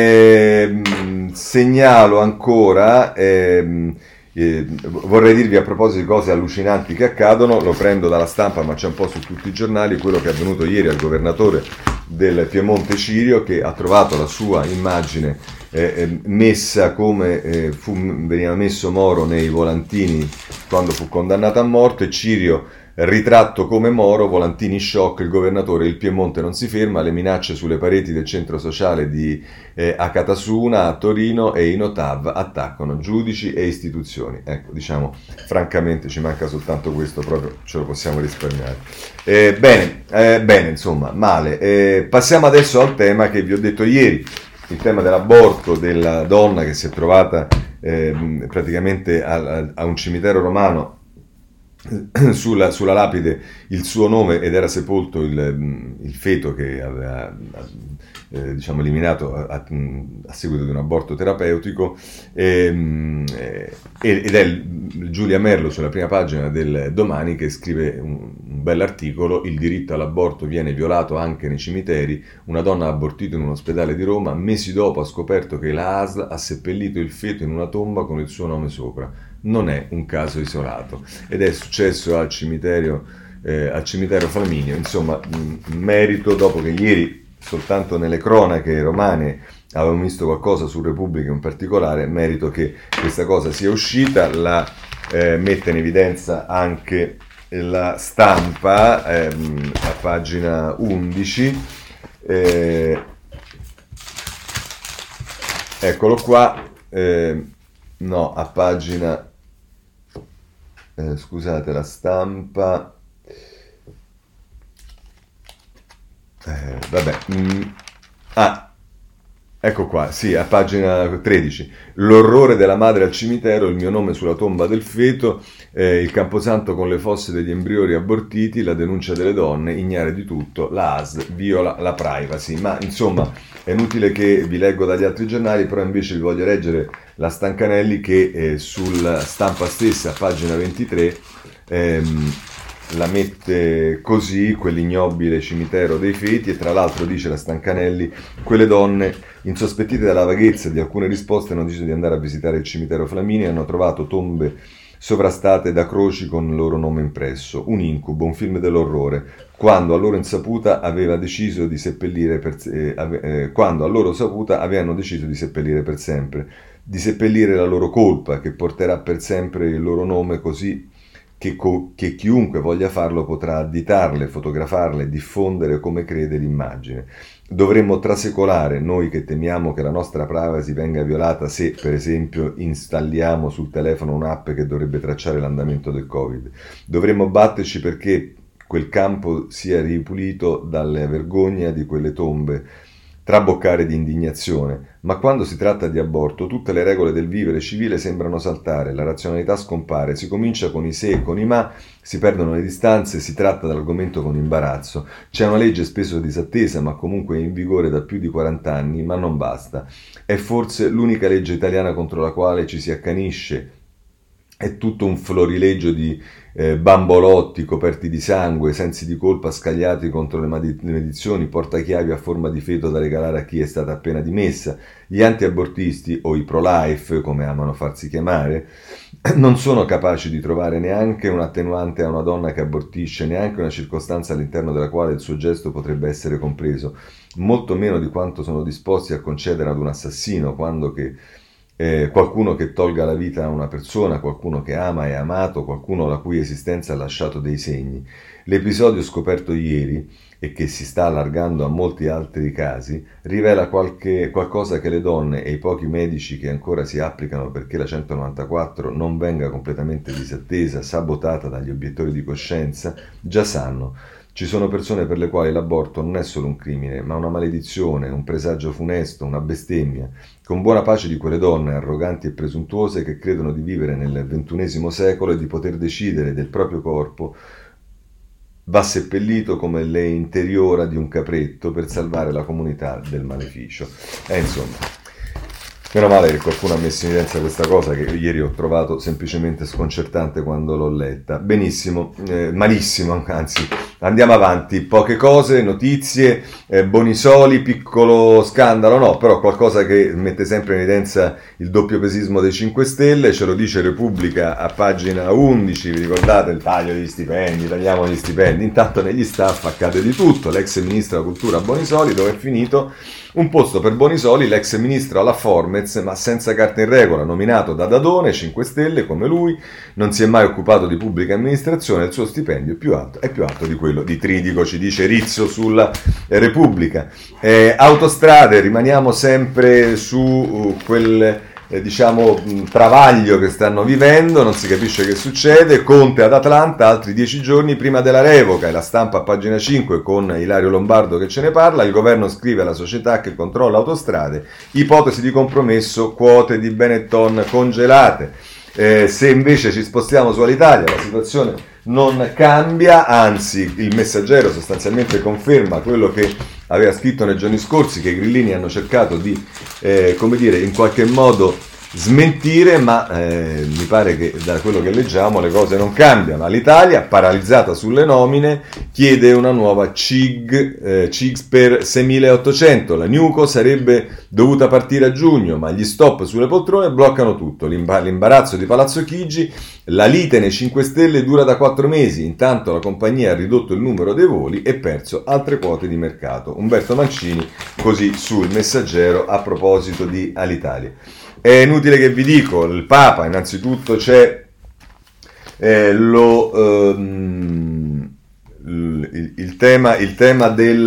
Segnalo ancora, vorrei dirvi a proposito di cose allucinanti che accadono, lo prendo dalla Stampa ma c'è un po' su tutti i giornali, quello che è avvenuto ieri al governatore del Piemonte Cirio, che ha trovato la sua immagine messa come veniva messo Moro nei volantini quando fu condannato a morte. Cirio ritratto come Moro, volantini shock, il governatore, il Piemonte non si ferma, le minacce sulle pareti del centro sociale di Acatasuna a Torino e i Notav attaccano giudici e istituzioni. Ecco, diciamo, francamente ci manca soltanto questo, proprio ce lo possiamo risparmiare. Bene, insomma, male. Passiamo adesso al tema che vi ho detto ieri, il tema dell'aborto, della donna che si è trovata praticamente a un cimitero romano sulla lapide il suo nome ed era sepolto il feto che aveva eliminato a seguito di un aborto terapeutico, ed è Giulia Merlo sulla prima pagina del Domani che scrive un bell'articolo: il diritto all'aborto viene violato anche nei cimiteri, una donna ha abortito in un ospedale di Roma, mesi dopo ha scoperto che la ASL ha seppellito il feto in una tomba con il suo nome sopra. Non è un caso isolato ed è successo al cimitero Flaminio. Insomma, merito, dopo che ieri soltanto nelle cronache romane avevamo visto qualcosa su Repubblica in particolare, merito che questa cosa sia uscita. La mette in evidenza anche la Stampa a pagina 11. Eccolo qua. No, a pagina scusate, la Stampa ecco qua, sì, a pagina 13. L'orrore della madre al cimitero, il mio nome sulla tomba del feto, il camposanto con le fosse degli embrioni abortiti, la denuncia delle donne, ignare di tutto, la ASL viola la privacy. Ma insomma, è inutile che vi leggo dagli altri giornali, però invece vi voglio leggere la Stancanelli che sulla Stampa stessa, pagina 23, la mette così, quell'ignobile cimitero dei feti, e tra l'altro dice la Stancanelli, quelle donne, insospettite dalla vaghezza di alcune risposte, hanno deciso di andare a visitare il cimitero Flamini e hanno trovato tombe sovrastate da croci con il loro nome impresso. Un incubo, un film dell'orrore, quando a loro insaputa aveva deciso di seppellire quando a loro saputa avevano deciso di seppellire per sempre, di seppellire la loro colpa, che porterà per sempre il loro nome, così che chiunque voglia farlo potrà additarle, fotografarle, diffondere come crede l'immagine. Dovremmo trasecolare, noi che temiamo che la nostra privacy venga violata se, per esempio, installiamo sul telefono un'app che dovrebbe tracciare l'andamento del Covid. Dovremmo batterci perché quel campo sia ripulito dalle vergogne di quelle tombe, traboccare di indignazione, ma quando si tratta di aborto tutte le regole del vivere civile sembrano saltare, la razionalità scompare, si comincia con i se e con i ma, si perdono le distanze, si tratta dell'argomento con imbarazzo. C'è una legge spesso disattesa, ma comunque in vigore da più di 40 anni, ma non basta. È forse l'unica legge italiana contro la quale ci si accanisce. È tutto un florilegio di bambolotti coperti di sangue, sensi di colpa scagliati contro le maledizioni, portachiavi a forma di feto da regalare a chi è stata appena dimessa. Gli anti-abortisti, o i pro-life, come amano farsi chiamare, non sono capaci di trovare neanche un attenuante a una donna che abortisce, neanche una circostanza all'interno della quale il suo gesto potrebbe essere compreso, molto meno di quanto sono disposti a concedere ad un assassino, qualcuno che tolga la vita a una persona, qualcuno che ama e amato, qualcuno la cui esistenza ha lasciato dei segni. L'episodio scoperto ieri, e che si sta allargando a molti altri casi, rivela qualcosa che le donne e i pochi medici che ancora si applicano perché la 194 non venga completamente disattesa, sabotata dagli obiettori di coscienza, già sanno. Ci sono persone per le quali l'aborto non è solo un crimine, ma una maledizione, un presagio funesto, una bestemmia, con buona pace di quelle donne arroganti e presuntuose che credono di vivere nel XXI secolo e di poter decidere del proprio corpo va seppellito come le interiora di un capretto per salvare la comunità del maleficio. Insomma, meno male che qualcuno ha messo in evidenza questa cosa che ieri ho trovato semplicemente sconcertante quando l'ho letta. Benissimo, malissimo, anzi, andiamo avanti. Poche cose, notizie, Bonisoli, piccolo scandalo, no, però qualcosa che mette sempre in evidenza il doppiopesismo dei 5 Stelle, ce lo dice Repubblica a pagina 11, vi ricordate il taglio degli stipendi, tagliamo gli stipendi, intanto negli staff accade di tutto, l'ex ministro della cultura Bonisoli, dove è finito? Un posto per Bonisoli, l'ex ministro alla Formez, ma senza carta in regola, nominato da Dadone, 5 Stelle, come lui, non si è mai occupato di pubblica amministrazione, il suo stipendio è più alto di quello di Tridico, ci dice Rizzo sulla Repubblica. Autostrade, rimaniamo sempre su quel travaglio che stanno vivendo, non si capisce che succede. Conte ad Atlanta, altri 10 giorni prima della revoca, e la Stampa a pagina 5 con Ilario Lombardo che ce ne parla. Il governo scrive alla società che controlla Autostrade, ipotesi di compromesso, quote di Benetton congelate. Se invece ci spostiamo su Alitalia, la situazione non cambia, anzi il Messaggero sostanzialmente conferma quello che aveva scritto nei giorni scorsi, che i grillini hanno cercato di in qualche modo smentire, ma mi pare che da quello che leggiamo le cose non cambiano. L'Italia, paralizzata sulle nomine, chiede una nuova CIGS per 6.800. La Newco sarebbe dovuta partire a giugno, ma gli stop sulle poltrone bloccano tutto. L'imbarazzo di Palazzo Chigi, la lite nei 5 Stelle dura da 4 mesi, intanto la compagnia ha ridotto il numero dei voli e perso altre quote di mercato. Umberto Mancini, così sul Messaggero, a proposito di Alitalia. È inutile che vi dico, il Papa, innanzitutto c'è il tema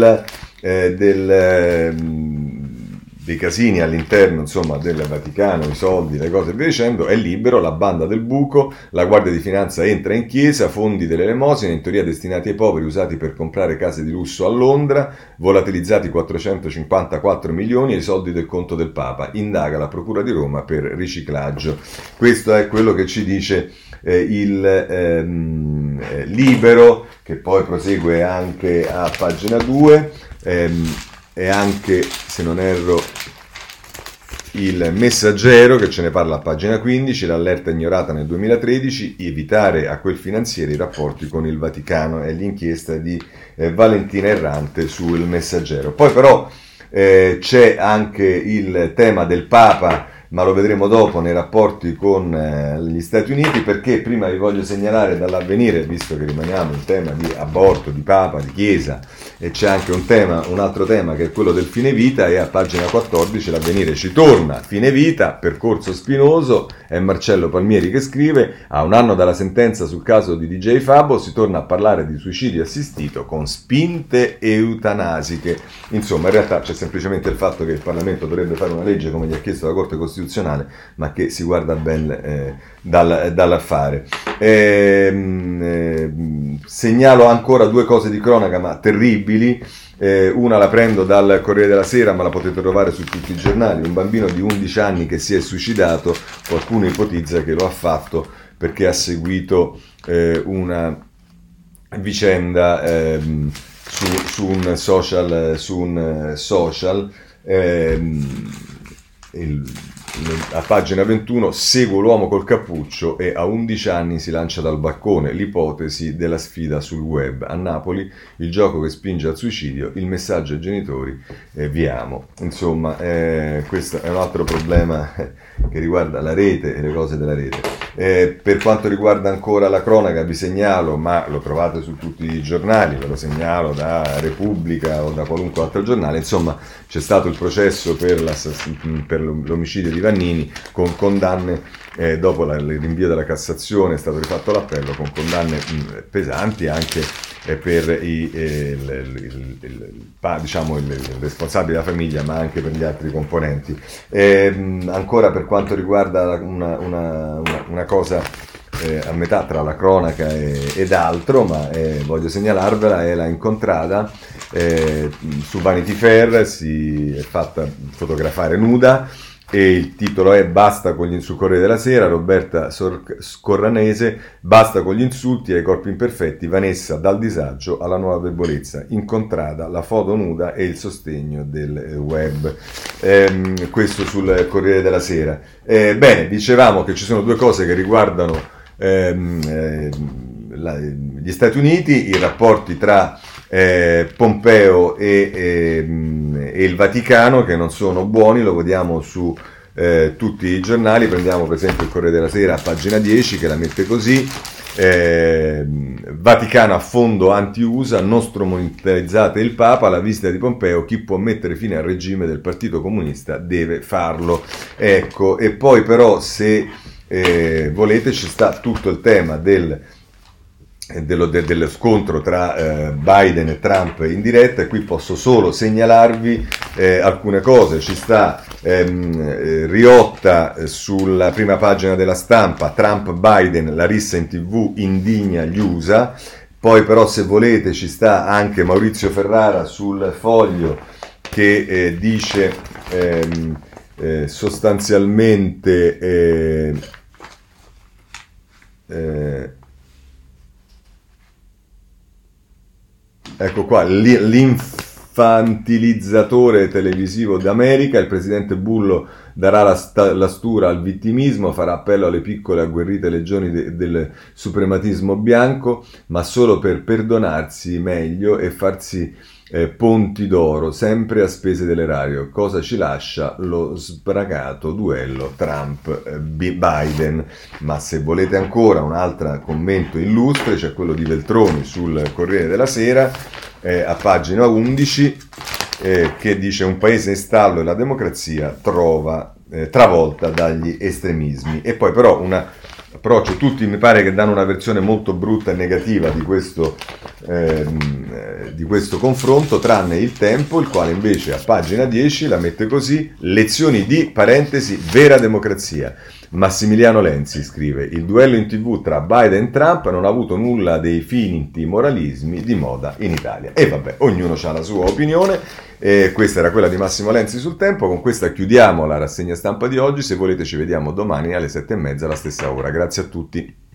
dei casini all'interno, insomma, del Vaticano, i soldi, le cose e via dicendo. È libero, la banda del buco, la Guardia di Finanza entra in chiesa, fondi delle elemosine, in teoria destinati ai poveri, usati per comprare case di lusso a Londra, volatilizzati 454 milioni, e i soldi del conto del Papa. Indaga la Procura di Roma per riciclaggio. Questo è quello che ci dice il Libero, che poi prosegue anche a pagina 2, e anche, se non erro, il Messaggero, che ce ne parla a pagina 15, l'allerta ignorata nel 2013, evitare a quel finanziere i rapporti con il Vaticano, è l'inchiesta di Valentina Errante sul Messaggero. Poi però c'è anche il tema del Papa, ma lo vedremo dopo, nei rapporti con gli Stati Uniti, perché prima vi voglio segnalare dall'Avvenire, visto che rimaniamo in tema di aborto, di Papa, di Chiesa, e c'è anche un altro tema che è quello del fine vita, e a pagina 14 l'Avvenire ci torna. Fine vita, percorso spinoso, è Marcello Palmieri che scrive: a un anno dalla sentenza sul caso di DJ Fabo si torna a parlare di suicidio assistito con spinte eutanasiche. Insomma, in realtà c'è semplicemente il fatto che il Parlamento dovrebbe fare una legge come gli ha chiesto la Corte Costituzionale, ma che si guarda ben dall'affare. Segnalo ancora due cose di cronaca, ma terribili. Una la prendo dal Corriere della Sera, ma la potete trovare su tutti i giornali. Un bambino di 11 anni che si è suicidato, qualcuno ipotizza che lo ha fatto perché ha seguito una vicenda su un social. A pagina 21, seguo l'uomo col cappuccio e a 11 anni si lancia dal balcone, l'ipotesi della sfida sul web. A Napoli il gioco che spinge al suicidio, il messaggio ai genitori, vi amo. Insomma, questo è un altro problema che riguarda la rete e le cose della rete. Per quanto riguarda ancora la cronaca, vi segnalo, ma lo trovate su tutti i giornali, ve lo segnalo da Repubblica o da qualunque altro giornale, insomma c'è stato il processo per l'omicidio di Vannini, con condanne, dopo il rinvio della Cassazione è stato rifatto l'appello, con condanne pesanti anche per il responsabile della famiglia, ma anche per gli altri componenti. Ancora per quanto riguarda una cosa a metà tra la cronaca ed altro, ma voglio segnalarvela, è la incontrata su Vanity Fair, si è fatta fotografare nuda, e il titolo è "Basta con gli sul Corriere della Sera", Roberta Scorranese: "Basta con gli insulti ai corpi imperfetti, Vanessa dal disagio alla nuova debolezza, incontrata, la foto nuda e il sostegno del web". Questo sul Corriere della Sera. Bene, dicevamo che ci sono due cose che riguardano gli Stati Uniti, i rapporti tra Pompeo e il Vaticano, che non sono buoni, lo vediamo su tutti i giornali. Prendiamo per esempio il Corriere della Sera a pagina 10, che la mette così: Vaticano a fondo anti-USA, non strumentalizzate il Papa, la visita di Pompeo, chi può mettere fine al regime del Partito Comunista deve farlo. Ecco, e poi però se volete ci sta tutto il tema dello scontro tra Biden e Trump in diretta, e qui posso solo segnalarvi alcune cose. Ci sta Riotta sulla prima pagina della Stampa: Trump-Biden, la rissa in TV indigna gli USA. Poi però, se volete, ci sta anche Maurizio Ferrara sul Foglio, che dice sostanzialmente ecco qua, l'infantilizzatore televisivo d'America, il presidente Bullo darà la stura al vittimismo, farà appello alle piccole agguerrite legioni del suprematismo bianco, ma solo per perdonarsi meglio e farsi ponti d'oro, sempre a spese dell'erario. Cosa ci lascia lo sbragato duello Trump-Biden? Ma se volete ancora un altro commento illustre, c'è quello di Veltroni sul Corriere della Sera, a pagina 11, che dice: "Un paese in stallo e la democrazia travolta dagli estremismi". E poi però un approccio, tutti mi pare che danno una versione molto brutta e negativa di questo confronto, tranne Il Tempo, il quale invece a pagina 10 la mette così: "Lezioni di, parentesi, vera democrazia". Massimiliano Lenzi scrive: "Il duello in TV tra Biden e Trump non ha avuto nulla dei finti moralismi di moda in Italia". E vabbè, ognuno ha la sua opinione. Questa era quella di Massimo Lenzi sul Tempo. Con questa chiudiamo la rassegna stampa di oggi. Se volete ci vediamo domani alle 7:30 alla stessa ora. Grazie a tutti.